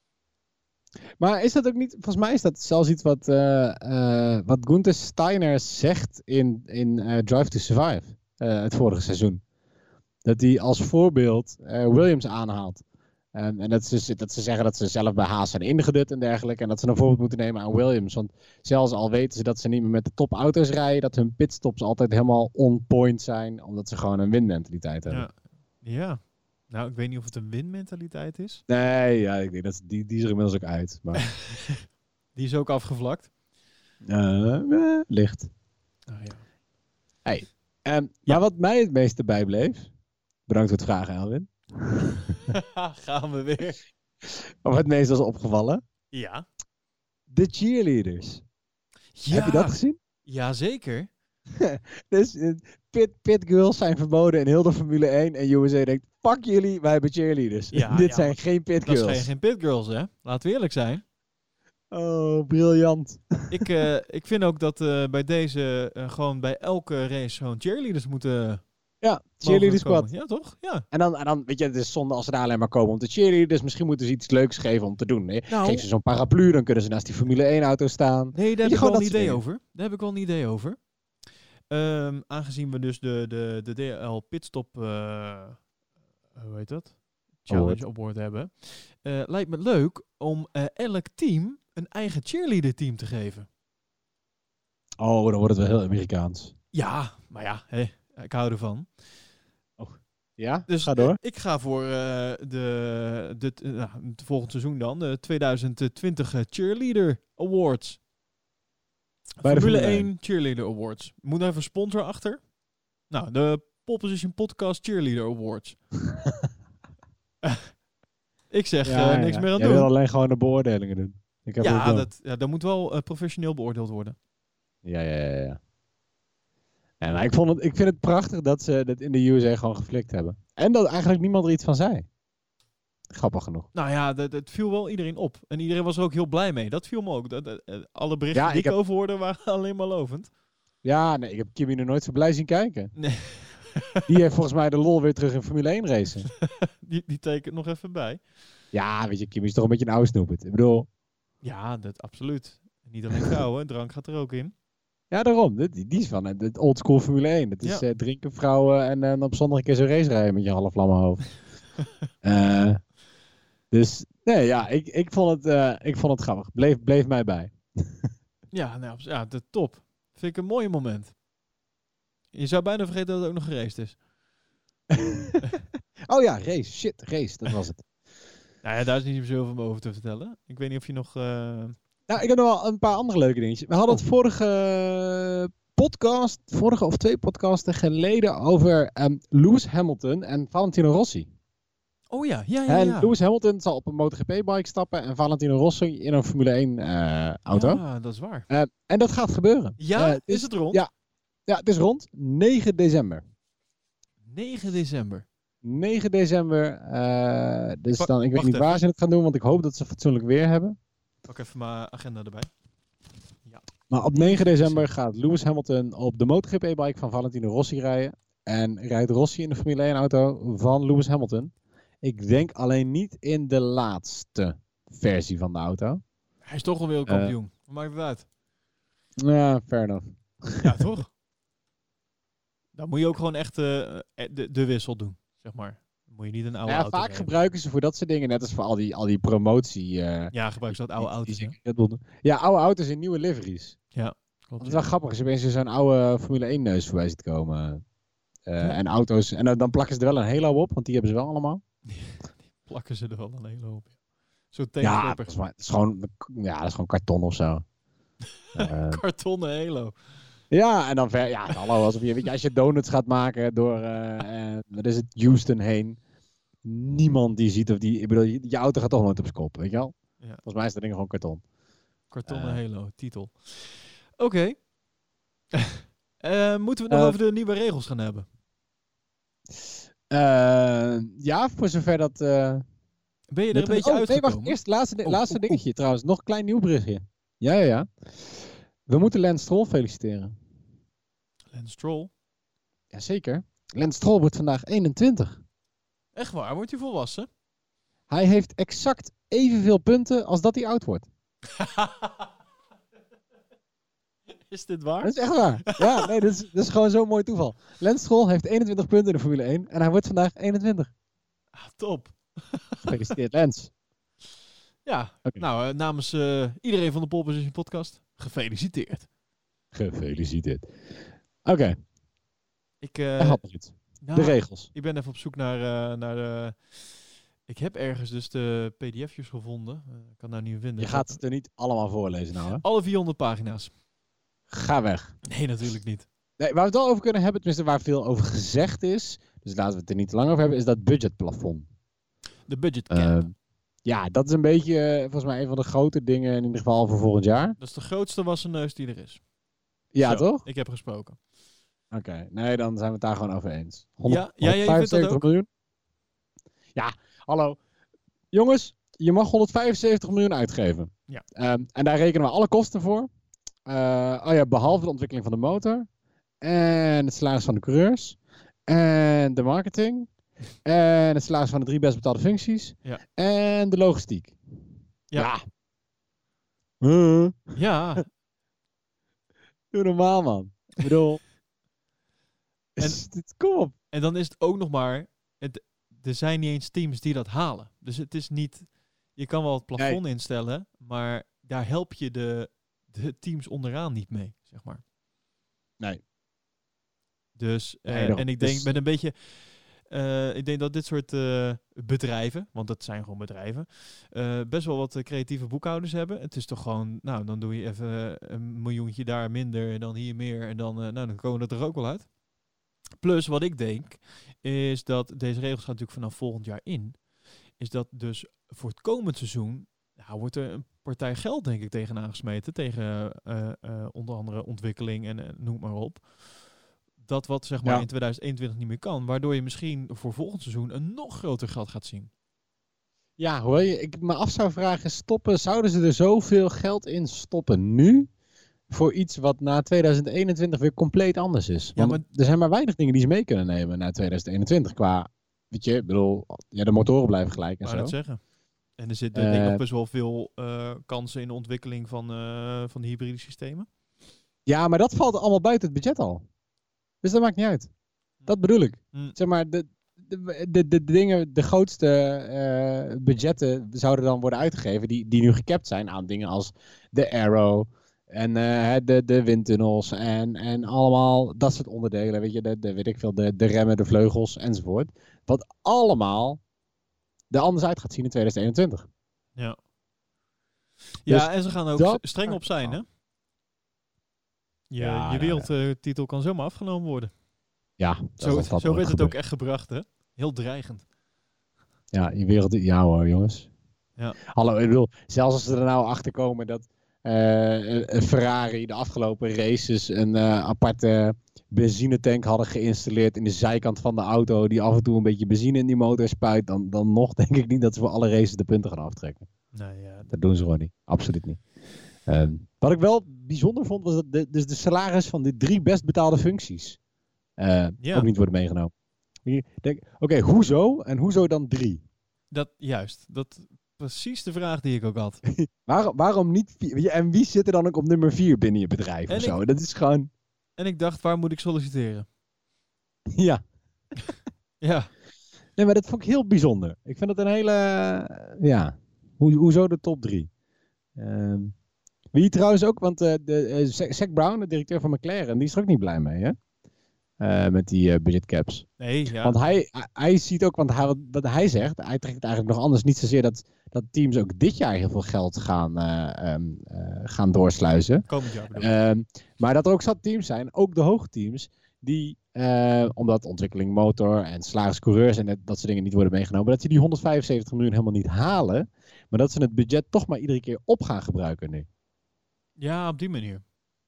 Maar is dat ook niet, volgens mij is dat zelfs iets wat, uh, uh, wat Gunther Steiner zegt in, in uh, Drive to Survive, uh, het vorige seizoen. Dat hij als voorbeeld uh, Williams aanhaalt. Um, en dat ze, dat ze zeggen dat ze zelf bij Haas zijn ingedut en dergelijke. En dat ze een voorbeeld moeten nemen aan Williams. Want zelfs al weten ze dat ze niet meer met de topauto's rijden, dat hun pitstops altijd helemaal on point zijn. Omdat ze gewoon een winmentaliteit hebben. Ja. ja. Nou, ik weet niet of het een winmentaliteit is. Nee, ja, ik denk dat die, die is er inmiddels ook uit. Maar... die is ook afgevlakt. Uh, uh, licht. Oh, ja. Hey, um, ja. Maar wat mij het meeste bijbleef. Bedankt voor het vragen, Elwin. Gaan we weer. Of het meest was opgevallen. Ja. De cheerleaders. Ja. Heb je dat gezien? Jazeker. Dus uh, pit, pit girls zijn verboden in heel de Formule één. En U S A denkt, fuck jullie, wij hebben cheerleaders. Ja, Dit ja, zijn geen pit girls. Dat zijn geen pit girls, hè? Laten we eerlijk zijn. Oh, briljant. ik, uh, ik vind ook dat uh, bij deze, uh, gewoon bij elke race gewoon cheerleaders moeten... Ja, cheerleader squad. Ja, toch? Ja. En dan, en dan, weet je, het is zonde als ze daar alleen maar komen om te cheerleaden. Dus misschien moeten ze iets leuks geven om te doen. Nee? Nou, geef ze zo'n paraplu, dan kunnen ze naast die Formule één auto staan. Nee, daar heb ik wel een idee over. Daar heb ik wel een idee over. Um, aangezien we dus de, de, de D H L Pitstop, uh, hoe heet dat? Challenge Award hebben. Uh, lijkt me leuk om uh, elk team een eigen cheerleader team te geven. Oh, dan wordt het wel heel Amerikaans. Ja, maar ja, hé, ik hou ervan. Oh, ja? Dus ga door. Uh, ik ga voor uh, de, de, uh, nou, het volgende seizoen dan, de twintig twintig Cheerleader Awards. Bij de Formule één Cheerleader Awards. Moet er even een sponsor achter? Nou, de Pole Position Podcast Cheerleader Awards. Ik zeg ja, uh, niks ja. meer aan Jij doen. wil alleen gewoon de beoordelingen doen. Ik heb ja, dat, ja, dat moet wel uh, professioneel beoordeeld worden. Ja, ja, ja. ja. En nou, ik, vond het, ik vind het prachtig dat ze dat in de U S A gewoon geflikt hebben. En dat eigenlijk niemand er iets van zei. Grappig genoeg. Nou ja, dat, dat viel wel iedereen op. En iedereen was er ook heel blij mee. Dat viel me ook. Dat, dat, alle berichten ja, die ik heb... over hoorde waren alleen maar lovend. Ja, nee, ik heb Kimi nog nooit zo blij zien kijken. Nee. Die heeft volgens mij de lol weer terug in Formule één racen. die, die tekent nog even bij. Ja, weet je, Kim is toch een beetje een oude snoepert. Ik bedoel, Ja, dat absoluut. Niet alleen vrouwen, drank gaat er ook in. ja, daarom. Die, die is van het het oldschool Formule één. Dat is Ja. eh, drinken, vrouwen en eh, op zondag een keer zo'n race rijden met je half lamme hoofd. Eh, dus, nee, ja, ik, ik, vond het, eh, ik vond het grappig. Bleef, bleef mij bij. Ja, nou, ja, de top. Vind ik een mooi moment. Je zou bijna vergeten dat het ook nog geraced is. Oh ja, race. Shit, race. Dat was het. Nou ja, daar is niet zoveel van over te vertellen. Ik weet niet of je nog... eh, Nou, ik heb nog wel een paar andere leuke dingetjes. We hadden het vorige podcast, vorige of twee podcasten geleden over ehm, Lewis Hamilton en Valentino Rossi. Oh ja, ja, ja. En ja. Lewis Hamilton zal op een MotoGP-bike stappen en Valentino Rossi in een Formule één-auto. Ja, dat is waar. en dat gaat gebeuren. Ja, Eh, het is het rond? Ja, ja, het is rond. negen december. negen december. negen december. eh, dus Wa- dan, ik weet wacht niet waar even. ze het gaan doen, want ik hoop dat ze fatsoenlijk weer hebben. Pak even mijn agenda erbij. Maar op negen december gaat Lewis Hamilton op de MotoGP-bike van Valentino Rossi rijden. En rijdt Rossi in de Formule één-auto van Lewis Hamilton. Ik denk alleen niet in de laatste versie van de auto. Hij is toch wel wereldkampioen. Wat maakt het uit? Ja, fair enough. Ja, toch? Dan moet je ook gewoon echt eh, de, de wissel doen, zeg maar. Dan moet je niet een oude Ja, auto vaak rijden. gebruiken ze voor dat soort dingen, net als voor al die, al die promotie. eh, Ja, gebruik ze dat oude die- auto's. die hè? ze Red Bull doen. Ja, oude auto's in nieuwe liveries. Klopt, Dat is ja. wel grappig als je opeens zo'n oude Formule één neus voorbij ziet komen. Eh, Ja. En auto's. En dan, dan plakken ze er wel een halo op, want die hebben ze wel allemaal. Plakken ze er wel een hele hoop. Zo'n Ja, tegenklapper. dat is, maar- dat is gewoon, ja, dat is gewoon karton of zo. Eh, Kartonnen halo. ja, en dan ver, ja, hallo, alsof je, weet je, als je donuts gaat maken door, eh eh, wat is het, Houston heen. Niemand die ziet of die, ik bedoel, je, je auto gaat toch nooit op zijn kop, weet je wel? Ja. Volgens mij is dat ding gewoon karton. Kartonnen Eh. halo, titel. Oké. Eh, moeten we het nog Eh. over de nieuwe regels gaan hebben? Eh, ja, voor zover dat... eh, Ben je er een dat- beetje oh, nee, uitgekomen? wacht, eerst laatste, di- Oh, laatste oh, oh. dingetje trouwens. Nog een klein nieuw berichtje. Ja, ja, ja. We moeten Lance Stroll feliciteren. Lance Stroll. Jazeker. Lance Stroll wordt vandaag eenentwintig. Echt waar, wordt hij volwassen? Hij heeft exact evenveel punten als dat hij oud wordt. Is dit waar? Dat is echt waar. Ja, nee, dat is, dat is gewoon zo'n mooi toeval. Lance Stroll heeft eenentwintig punten in de Formule één en hij wordt vandaag eenentwintig. Ah, top. Gefeliciteerd, Lance. Ja, Oké. nou, eh, namens eh, iedereen van de Pole Position podcast, gefeliciteerd. Gefeliciteerd. Oké, Ik, hij eh, had nog iets. nou, De regels. ik ben even op zoek naar, eh, naar de... Ik heb ergens dus de P D F'jes gevonden. Eh, ik kan nou niet vinden. Je gaat het er niet allemaal voorlezen nou, hè? Alle vierhonderd pagina's. Ga weg. Nee, natuurlijk niet. Nee, waar we het wel over kunnen hebben, tenminste waar veel over gezegd is, dus laten we het er niet te lang over hebben, is dat budgetplafond. De budget cap. Uh, ja, dat is een beetje, uh, volgens mij, een van de grote dingen, in ieder geval voor volgend jaar. Dat is de grootste wassenneus die er is. Ja, Zo, toch? Ik heb gesproken. Oké, okay. Nee, dan zijn we het daar gewoon over eens. honderd, ja, ja, ja, je vindt dat ook? miljoen? Ja, hallo. Jongens, je mag honderdvijfenzeventig miljoen uitgeven. Ja. Um, en daar rekenen we alle kosten voor. Uh, oh ja, behalve de ontwikkeling van de motor. En het salaris van de coureurs. En de marketing. En het salaris van de drie best betaalde functies. Ja. En de logistiek. Ja. Ja. Uh, Ja. doe normaal, man. Ik bedoel... En- Kom op. En dan is het ook nog maar... Het, er zijn niet eens teams die dat halen. Dus het is niet... Je kan wel het plafond Nee. instellen, maar daar help je de, de teams onderaan niet mee, zeg maar. Nee. Dus, eh, Nee, daarom. en ik denk Dus- met een beetje... eh, ik denk dat dit soort eh, bedrijven, want dat zijn gewoon bedrijven, eh, best wel wat eh, creatieve boekhouders hebben. Het is toch gewoon, nou, dan doe je even een miljoentje daar minder en dan hier meer en dan, eh, nou, dan komen we er ook wel uit. Plus, wat ik denk, is dat deze regels gaan natuurlijk vanaf volgend jaar in. Is dat dus voor het komend seizoen, nou, wordt er een partij geld, denk ik, tegenaan gesmeten. Tegen uh, uh, onder andere ontwikkeling en uh, noem maar op. Dat wat, zeg maar, Ja. in tweeduizend eenentwintig niet meer kan. Waardoor je misschien voor volgend seizoen een nog groter gat gaat zien. Ja, hoor je, ik me af zou vragen, stoppen, zouden ze er zoveel geld in stoppen nu, voor iets wat na tweeduizend eenentwintig weer compleet anders is. Ja, Want maar- er zijn maar weinig dingen die ze mee kunnen nemen na tweeduizend eenentwintig. Qua, weet je, ik bedoel, ja, de motoren blijven gelijk en wou zo. net zeggen. En er zitten denk ik Eh, nog best wel veel uh, kansen in de ontwikkeling van, uh, van de hybride systemen. Ja, maar dat valt allemaal buiten het budget al. Dus dat maakt niet uit. Dat bedoel ik. Mm. Zeg maar, de, de, de, de dingen, de grootste uh, budgetten zouden dan worden uitgegeven die, die nu gecapt zijn aan dingen als de Aero en uh, de, de windtunnels en, en allemaal dat soort onderdelen. Weet je, de, de, weet ik veel, de, de remmen, de vleugels enzovoort. Wat allemaal er anders uit gaat zien in tweeduizend eenentwintig. Ja. Ja, Dus en ze gaan ook dat- streng op zijn, hè? Je, Ja, je nou, wereldtitel kan zomaar afgenomen worden. Ja, Zo, dat, dat zo werd het gebeurt. ook echt gebracht, hè? Heel dreigend. Ja, je wereld, ja hoor, jongens. Ja. Hallo, ik bedoel, zelfs als ze er nou achter komen dat uh, een Ferrari de afgelopen races een uh, aparte benzinetank hadden geïnstalleerd in de zijkant van de auto, die af en toe een beetje benzine in die motor spuit, dan, dan nog denk ik niet dat ze voor alle races de punten gaan aftrekken. Nee, ja. Dat doen ze gewoon niet. Absoluut niet. Um, wat ik wel bijzonder vond, was dat de, dus de salaris van de drie best betaalde functies uh, Ja. ook niet worden meegenomen. Oké, okay, hoezo? En hoezo dan drie? Dat, juist. Dat precies de vraag die ik ook had. Waar, waarom niet vier? En wie zit er dan ook op nummer vier binnen je bedrijf En of zo? ik- Dat is gewoon... En ik dacht, waar moet ik solliciteren? Ja. Ja. Nee, maar dat vond ik heel bijzonder. Ik vind het een hele... uh, ja. Hoe, hoezo de top drie? Um, wie trouwens ook, want uh, de, uh, Zac Zac Brown, de directeur van McLaren, die is er ook niet blij mee, hè? Uh, met die uh, budget caps. Nee, ja. Want hij, hij, hij ziet ook, want hij, wat, wat hij zegt, hij trekt het eigenlijk nog anders. Niet zozeer dat, dat teams ook dit jaar heel veel geld gaan, uh, um, uh, gaan doorsluizen. Komend jaar bedoel ik. Um, maar dat er ook zat teams zijn, ook de hoogteams, die, uh, omdat ontwikkeling motor en salariscoureurs en dat, dat soort dingen niet worden meegenomen, dat die die honderdvijfenzeventig miljoen helemaal niet halen. Maar dat ze het budget toch maar iedere keer op gaan gebruiken nu. Ja, op die manier.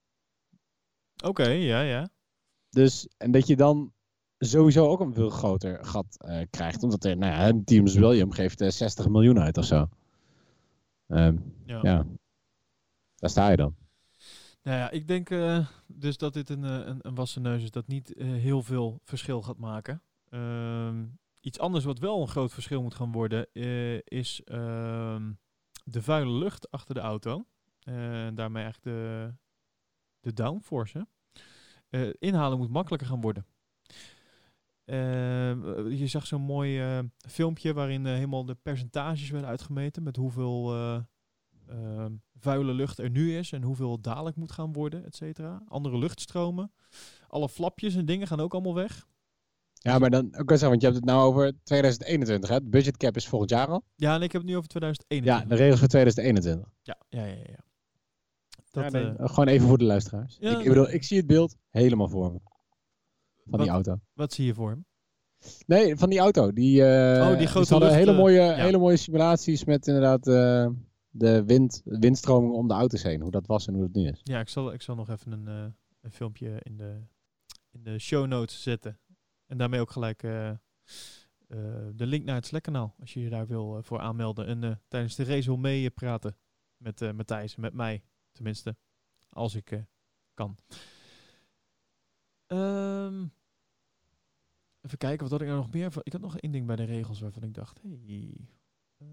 Oké, okay, ja, ja. Dus, en dat je dan sowieso ook een veel groter gat uh, krijgt. Omdat er, nou ja, Teams William geeft uh, zestig miljoen uit of zo. Um, Ja. ja. Daar sta je dan. Nou ja, ik denk uh, dus dat dit een, een, een wassen neus is dat niet uh, heel veel verschil gaat maken. Um, iets anders wat wel een groot verschil moet gaan worden uh, is uh, de vuile lucht achter de auto. Uh, en daarmee eigenlijk de, de downforce. Hè? Uh, inhalen moet makkelijker gaan worden. Uh, je zag zo'n mooi uh, filmpje waarin uh, helemaal de percentages werden uitgemeten met hoeveel uh, uh, vuile lucht er nu is en hoeveel het dadelijk moet gaan worden, et cetera. Andere luchtstromen. Alle flapjes en dingen gaan ook allemaal weg. Ja, maar dan, ook zeggen, want je hebt het nou over tweeduizend eenentwintig, hè? De budget cap is volgend jaar al. Ja, en ik heb het nu over tweeduizend eenentwintig. Ja, de regels voor tweeduizend eenentwintig. Ja, ja, ja, ja. Dat, ja, nee, uh, gewoon even voor de luisteraars. Ja, ik, ik bedoel, ik zie het beeld helemaal voor me. Van wat, die auto. Wat zie je voor hem? Nee, van die auto. Die, uh, oh, die grote hadden lucht, hele, uh, mooie, ja. hele mooie simulaties met inderdaad uh, de wind, windstroming om de auto's heen. Hoe dat was en hoe dat nu is. Ja, ik zal, ik zal nog even een, uh, een filmpje in de, in de show notes zetten. En daarmee ook gelijk uh, uh, de link naar het Slack-kanaal. Als je je daar wil uh, voor aanmelden. En uh, tijdens de race wil mee praten met uh, Matthijs. Met mij, tenminste. Als ik uh, kan. Um, even kijken, wat had ik nou nog meer? Ik had nog één ding bij de regels waarvan ik dacht... Hey, uh,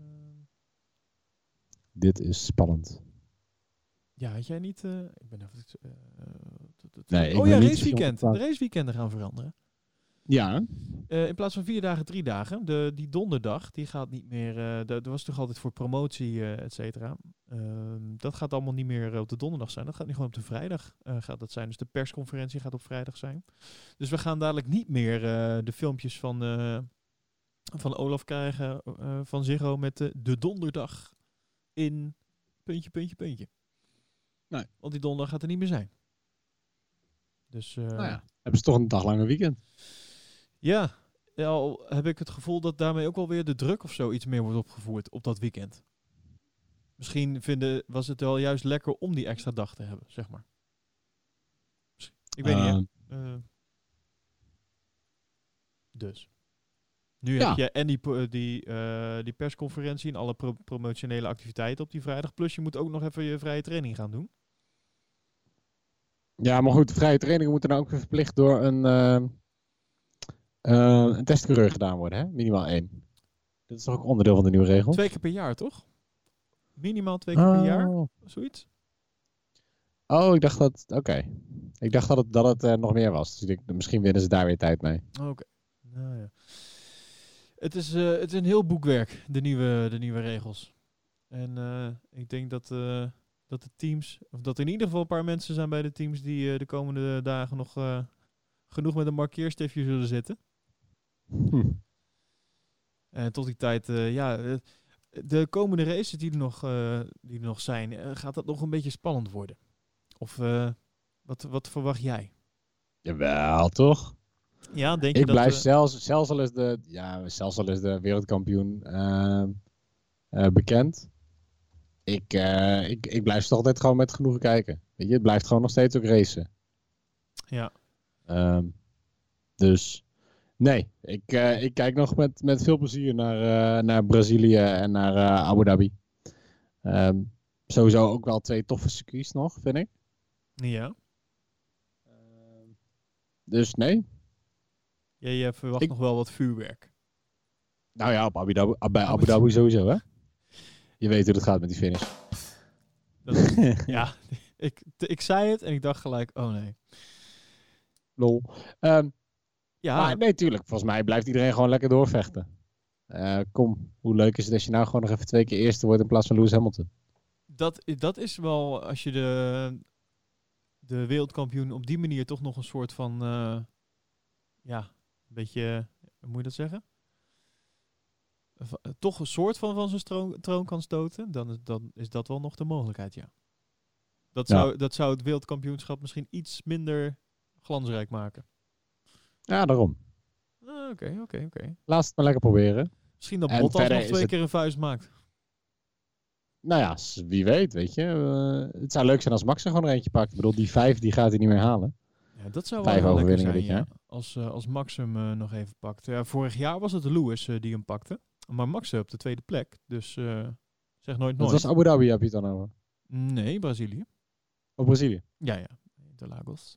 Dit is spannend. ja, had jij niet... Uh, ik ben even... Uh, nee, ik oh ben ja, niet raceweekend. De raceweekenden gaan veranderen. Ja. Uh, in plaats van vier dagen, drie dagen. De, die donderdag, die gaat niet meer... Uh, dat was toch altijd voor promotie, uh, et cetera. Uh, dat gaat allemaal niet meer op de donderdag zijn. Dat gaat nu gewoon op de vrijdag uh, gaat dat zijn. Dus de persconferentie gaat op vrijdag zijn. Dus we gaan dadelijk niet meer uh, de filmpjes van, uh, van Olaf krijgen uh, van Ziggo met uh, de donderdag in puntje, puntje, puntje. Nee. Want die donderdag gaat er niet meer zijn. Dus... Uh, nou ja, hebben ze toch een daglange weekend. Ja, al heb ik het gevoel dat daarmee ook wel weer de druk of zo iets meer wordt opgevoerd op dat weekend. Misschien vinden, was het wel juist lekker om die extra dag te hebben, zeg maar. Ik weet uh, niet, hè? Uh, dus. Nu ja. heb je en die, die, uh, die persconferentie en alle pro- promotionele activiteiten op die vrijdag. Plus je moet ook nog even je vrije training gaan doen. Ja, maar goed, de vrije trainingen moeten dan ook weer verplicht door een, uh, uh, een testcoureur gedaan worden, hè? Minimaal één. Dat is toch ook onderdeel van de nieuwe regel? Twee keer per jaar, toch? Minimaal twee keer per jaar, Oh, zoiets. oh ik dacht dat... Oké. Okay. Ik dacht dat het, dat het uh, nog meer was. Dus ik denk, misschien winnen ze daar weer tijd mee. Oké. Okay. Nou ja. Het is, uh, het is een heel boekwerk, de nieuwe, de nieuwe regels. En uh, ik denk dat, uh, dat de teams, of dat er in ieder geval een paar mensen zijn bij de teams die uh, de komende dagen nog uh, genoeg met een markeerstiftje zullen zitten. Hm. En tot die tijd, uh, ja, de komende races die er nog, uh, die er nog zijn, uh, gaat dat nog een beetje spannend worden? Of uh, wat, wat verwacht jij? Jawel, toch? Ja, denk je ik dat... blijf Uh, zelfs, zelfs al is de, ja, zelfs al is de wereldkampioen uh, uh, bekend. Ik, uh, ik, ik blijf toch altijd gewoon met genoegen kijken. Weet je, het blijft gewoon nog steeds ook racen. Ja. Um, dus, nee. Ik, uh, ik kijk nog met, met veel plezier naar, uh, naar Brazilië en naar uh, Abu Dhabi. Um, sowieso ook wel twee toffe circuits nog, vind ik. Ja. Um, dus nee. Jij ja, verwacht ik, nog wel wat vuurwerk. Nou ja, op Abu Dhabi, bij Abu Dhabi sowieso, hè? Je weet hoe het gaat met die finish. Dat is, ja, ik, ik zei het en ik dacht gelijk, oh nee. Lol. Um, ja. Maar nee, tuurlijk. Volgens mij blijft iedereen gewoon lekker doorvechten. Uh, kom, hoe leuk is het als je nou gewoon nog even twee keer eerste wordt in plaats van Lewis Hamilton? Dat, dat is wel, als je de, de wereldkampioen op die manier toch nog een soort van, uh, ja, een beetje, hoe moet je dat zeggen? Toch een soort van van zijn troon, troon kan stoten, dan is, dan is dat wel nog de mogelijkheid, ja. Dat zou, ja. dat zou het wereldkampioenschap misschien iets minder glansrijk maken. Ja, daarom. Oké, uh, oké, okay, oké. Okay. Laat het maar lekker proberen. Misschien dat Bottas nog twee het... keer een vuist maakt. Nou ja, wie weet, weet je. Uh, het zou leuk zijn als Max er gewoon er eentje pakt. Ik bedoel, die vijf die gaat hij niet meer halen. Ja, dat zou Vijf wel overwinningen zijn, dit jaar. Ja. Als, uh, als Max hem uh, nog even pakt. Ja, vorig jaar was het Lewis uh, die hem pakte. Maar Max op de tweede plek. Dus uh, zeg nooit nooit. Dat was Abu Dhabi, heb je het dan over? Nee, Brazilië. Oh, Brazilië? Ja, ja. Interlagos.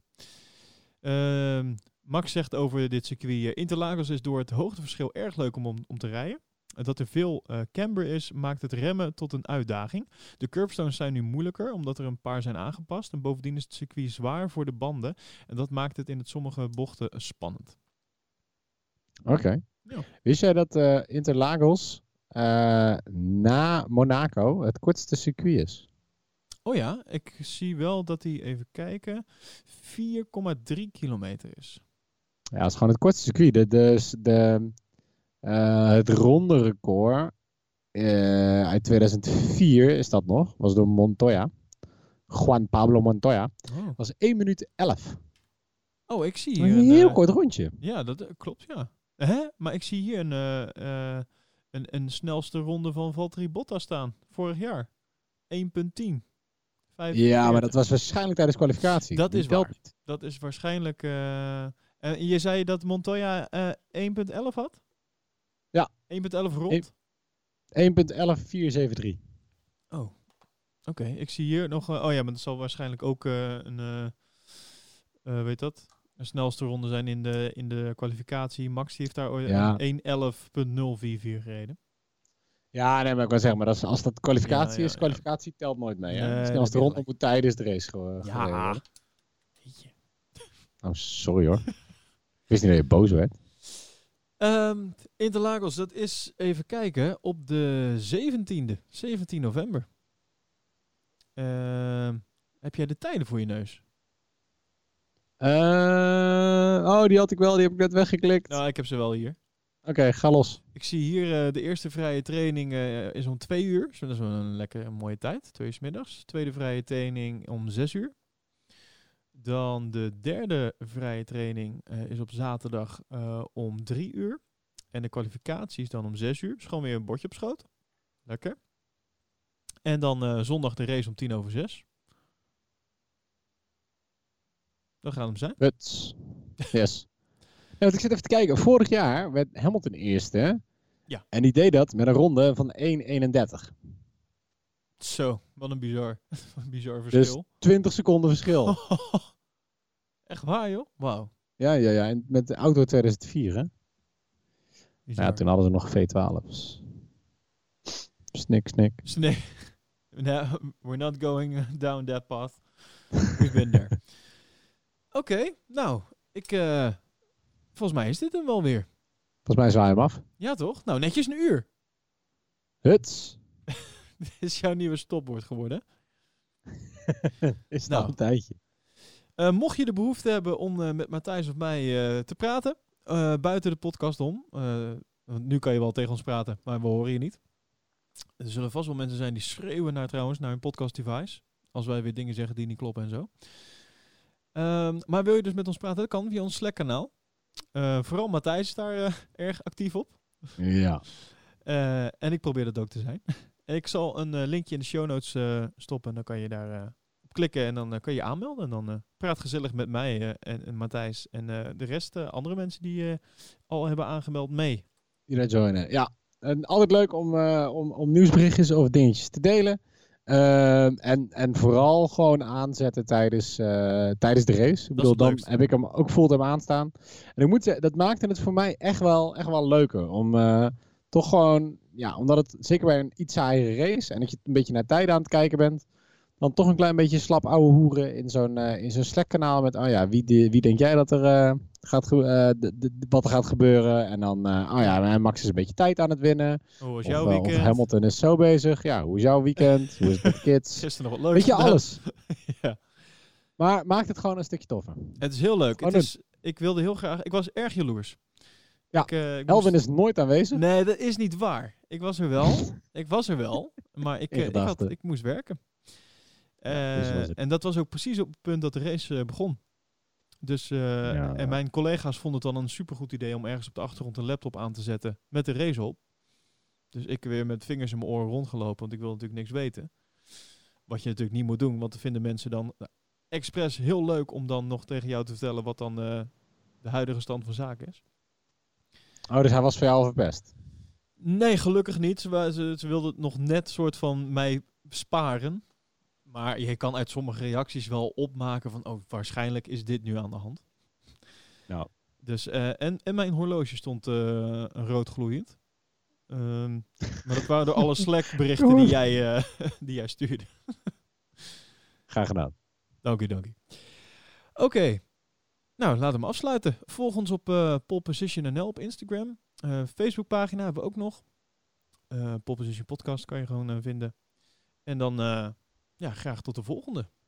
Uh, Max zegt over dit circuit. Interlagos is door het hoogteverschil erg leuk om, om, om te rijden. Dat er veel uh, camber is, maakt het remmen tot een uitdaging. De curbstones zijn nu moeilijker, omdat er een paar zijn aangepast. En bovendien is het circuit zwaar voor de banden. En dat maakt het in het sommige bochten uh, spannend. Oké. Okay. Ja. Wist jij dat uh, Interlagos uh, na Monaco het kortste circuit is? Oh ja, ik zie wel dat hij, even kijken, vier komma drie kilometer is. Ja, dat is gewoon het kortste circuit. De, de, de, uh, het ronde record uh, uit tweeduizend vier is dat nog, was door Montoya. Juan Pablo Montoya. Oh. Was één minuut elf. Oh, ik zie hier een, een heel uh, kort rondje. Ja, dat uh, klopt, ja. Hè? Maar ik zie hier een, uh, uh, een, een snelste ronde van Valtteri Bottas staan. Vorig jaar. één komma tien. Ja, maar dat was waarschijnlijk tijdens kwalificatie. Dat is waar. Niet. Dat is waarschijnlijk... Uh, en je zei dat Montoya uh, één komma elf had? Ja. één komma elf rond? één komma elf vier zeven drie. Oh. Oké, okay. Ik zie hier nog... Uh, oh ja, maar dat zal waarschijnlijk ook uh, een... Uh, uh, weet dat? Een snelste ronde zijn in de, in de kwalificatie. Max heeft daar ja. één elf nul vier vier gereden. Ja, nee, maar ik wil zeggen, maar dat is, als dat kwalificatie ja, ja, is, kwalificatie ja. telt nooit mee. Hè? Nee, snelste ronde op tijdens de race gewoon. Ja. Oh, sorry hoor. Ik wist niet dat je boos werd. Um, Interlagos, dat is, even kijken, op de zeventiende. zeventien november. Uh, heb jij de tijden voor je neus? Uh, oh, die had ik wel, die heb ik net weggeklikt. Nou, ik heb ze wel hier. Oké, okay, ga los. Ik zie hier uh, de eerste vrije training uh, is om twee uur. Dus dat is wel een lekkere mooie tijd. Twee uur 's middags. Tweede vrije training om zes uur. Dan de derde vrije training uh, is op zaterdag uh, om drie uur. En de kwalificatie is dan om zes uur. Dus gewoon weer een bordje op schoot. Lekker. En dan uh, zondag de race om tien over zes. Dat gaat hem zijn. Huts. Yes. Ja, want ik zit even te kijken. Vorig jaar werd Hamilton eerste. Ja. En die deed dat met een ronde van één eenendertig. Zo, wat een bizar, een bizar verschil. Dus twintig seconden verschil. Echt waar, joh? Wauw. Ja, ja, ja. En met de auto tweeduizend vier, hè? Bizar. Ja, toen hadden ze nog V twaalf. Snik, snik. Dus nee, no, we're not going down that path. We've been there. Oké, okay, nou, ik, uh, volgens mij is dit hem wel weer. Volgens mij zwaai hem af. Ja, toch? Nou, netjes een uur. Huts. Dit is jouw nieuwe stopwoord geworden. Is nou nou een tijdje. Uh, mocht je de behoefte hebben om uh, met Matthijs of mij uh, te praten, uh, buiten de podcast om. Uh, want nu kan je wel tegen ons praten, maar we horen je niet. Er zullen vast wel mensen zijn die schreeuwen naar trouwens, naar hun podcast device. Als wij weer dingen zeggen die niet kloppen en zo. Um, maar wil je dus met ons praten? Dat kan via ons Slack kanaal. Uh, vooral Matthijs is daar uh, erg actief op. Ja. Uh, en ik probeer dat ook te zijn. Ik zal een uh, linkje in de show notes uh, stoppen. En dan kan je daar uh, op klikken en dan uh, kan je aanmelden. En dan uh, praat gezellig met mij uh, en, en Matthijs en uh, de rest, uh, andere mensen die uh, al hebben aangemeld mee. Iedereen joinen. Ja, en altijd leuk om, uh, om, om nieuwsberichtjes of dingetjes te delen. Uh, en, en vooral gewoon aanzetten tijdens, uh, tijdens de race. Ik bedoel, dan leukste. heb ik hem ook fulltime aanstaan. En ik moet zeggen, dat maakte het voor mij echt wel, echt wel leuker. Om uh, toch gewoon, ja, omdat het zeker bij een iets saaiere race en dat je een beetje naar tijden aan het kijken bent, dan toch een klein beetje slap ouwe hoeren in zo'n, uh, in zo'n Slack-kanaal met, oh ja, wie, die, wie denk jij dat er uh, gaat ge- uh, de, de, de, wat er gaat gebeuren? En dan, uh, oh ja, Max is een beetje tijd aan het winnen. Hoe was Of, jouw uh, weekend? of Hamilton is zo bezig. Ja, hoe is jouw weekend? Hoe is het met de kids? Gisteren nog wat leuks Weet je, gedaan. alles. Ja. Maar maakt het gewoon een stukje toffer. Het is heel leuk. Gewoon Het is, ik wilde heel graag... Ik was erg jaloers. Ja, ik, uh, ik Elvin moest... is nooit aanwezig. Nee, dat is niet waar. Ik was er wel. ik was er wel. Maar ik, In uh, ik, had, gedachten. ik moest werken. Uh, Ja, dus was het. en dat was ook precies op het punt dat de race uh, begon. Dus, uh, Ja. en mijn collega's vonden het dan een supergoed idee om ergens op de achtergrond een laptop aan te zetten met de race op. Dus ik weer met vingers in mijn oren rondgelopen, want ik wil natuurlijk niks weten. Wat je natuurlijk niet moet doen, want dan vinden mensen dan uh, expres heel leuk om dan nog tegen jou te vertellen wat dan uh, de huidige stand van zaken is. Oh, dus hij was voor jou al verpest. Nee, gelukkig niet. Ze, ze, ze wilden het nog net soort van mij sparen. Maar je kan uit sommige reacties wel opmaken van, oh, waarschijnlijk is dit nu aan de hand. Nou. Dus, uh, en, en mijn horloge stond uh, rood gloeiend. Um, maar dat waren door alle Slack berichten die jij, uh, die jij stuurde. Graag gedaan. Dank u, dank u. Oké. Okay. Nou, laten we hem afsluiten. Volg ons op uh, Pole Position N L op Instagram. Uh, Facebookpagina hebben we ook nog. Uh, Pole Position Podcast kan je gewoon uh, vinden. En dan... Uh, Ja, graag tot de volgende.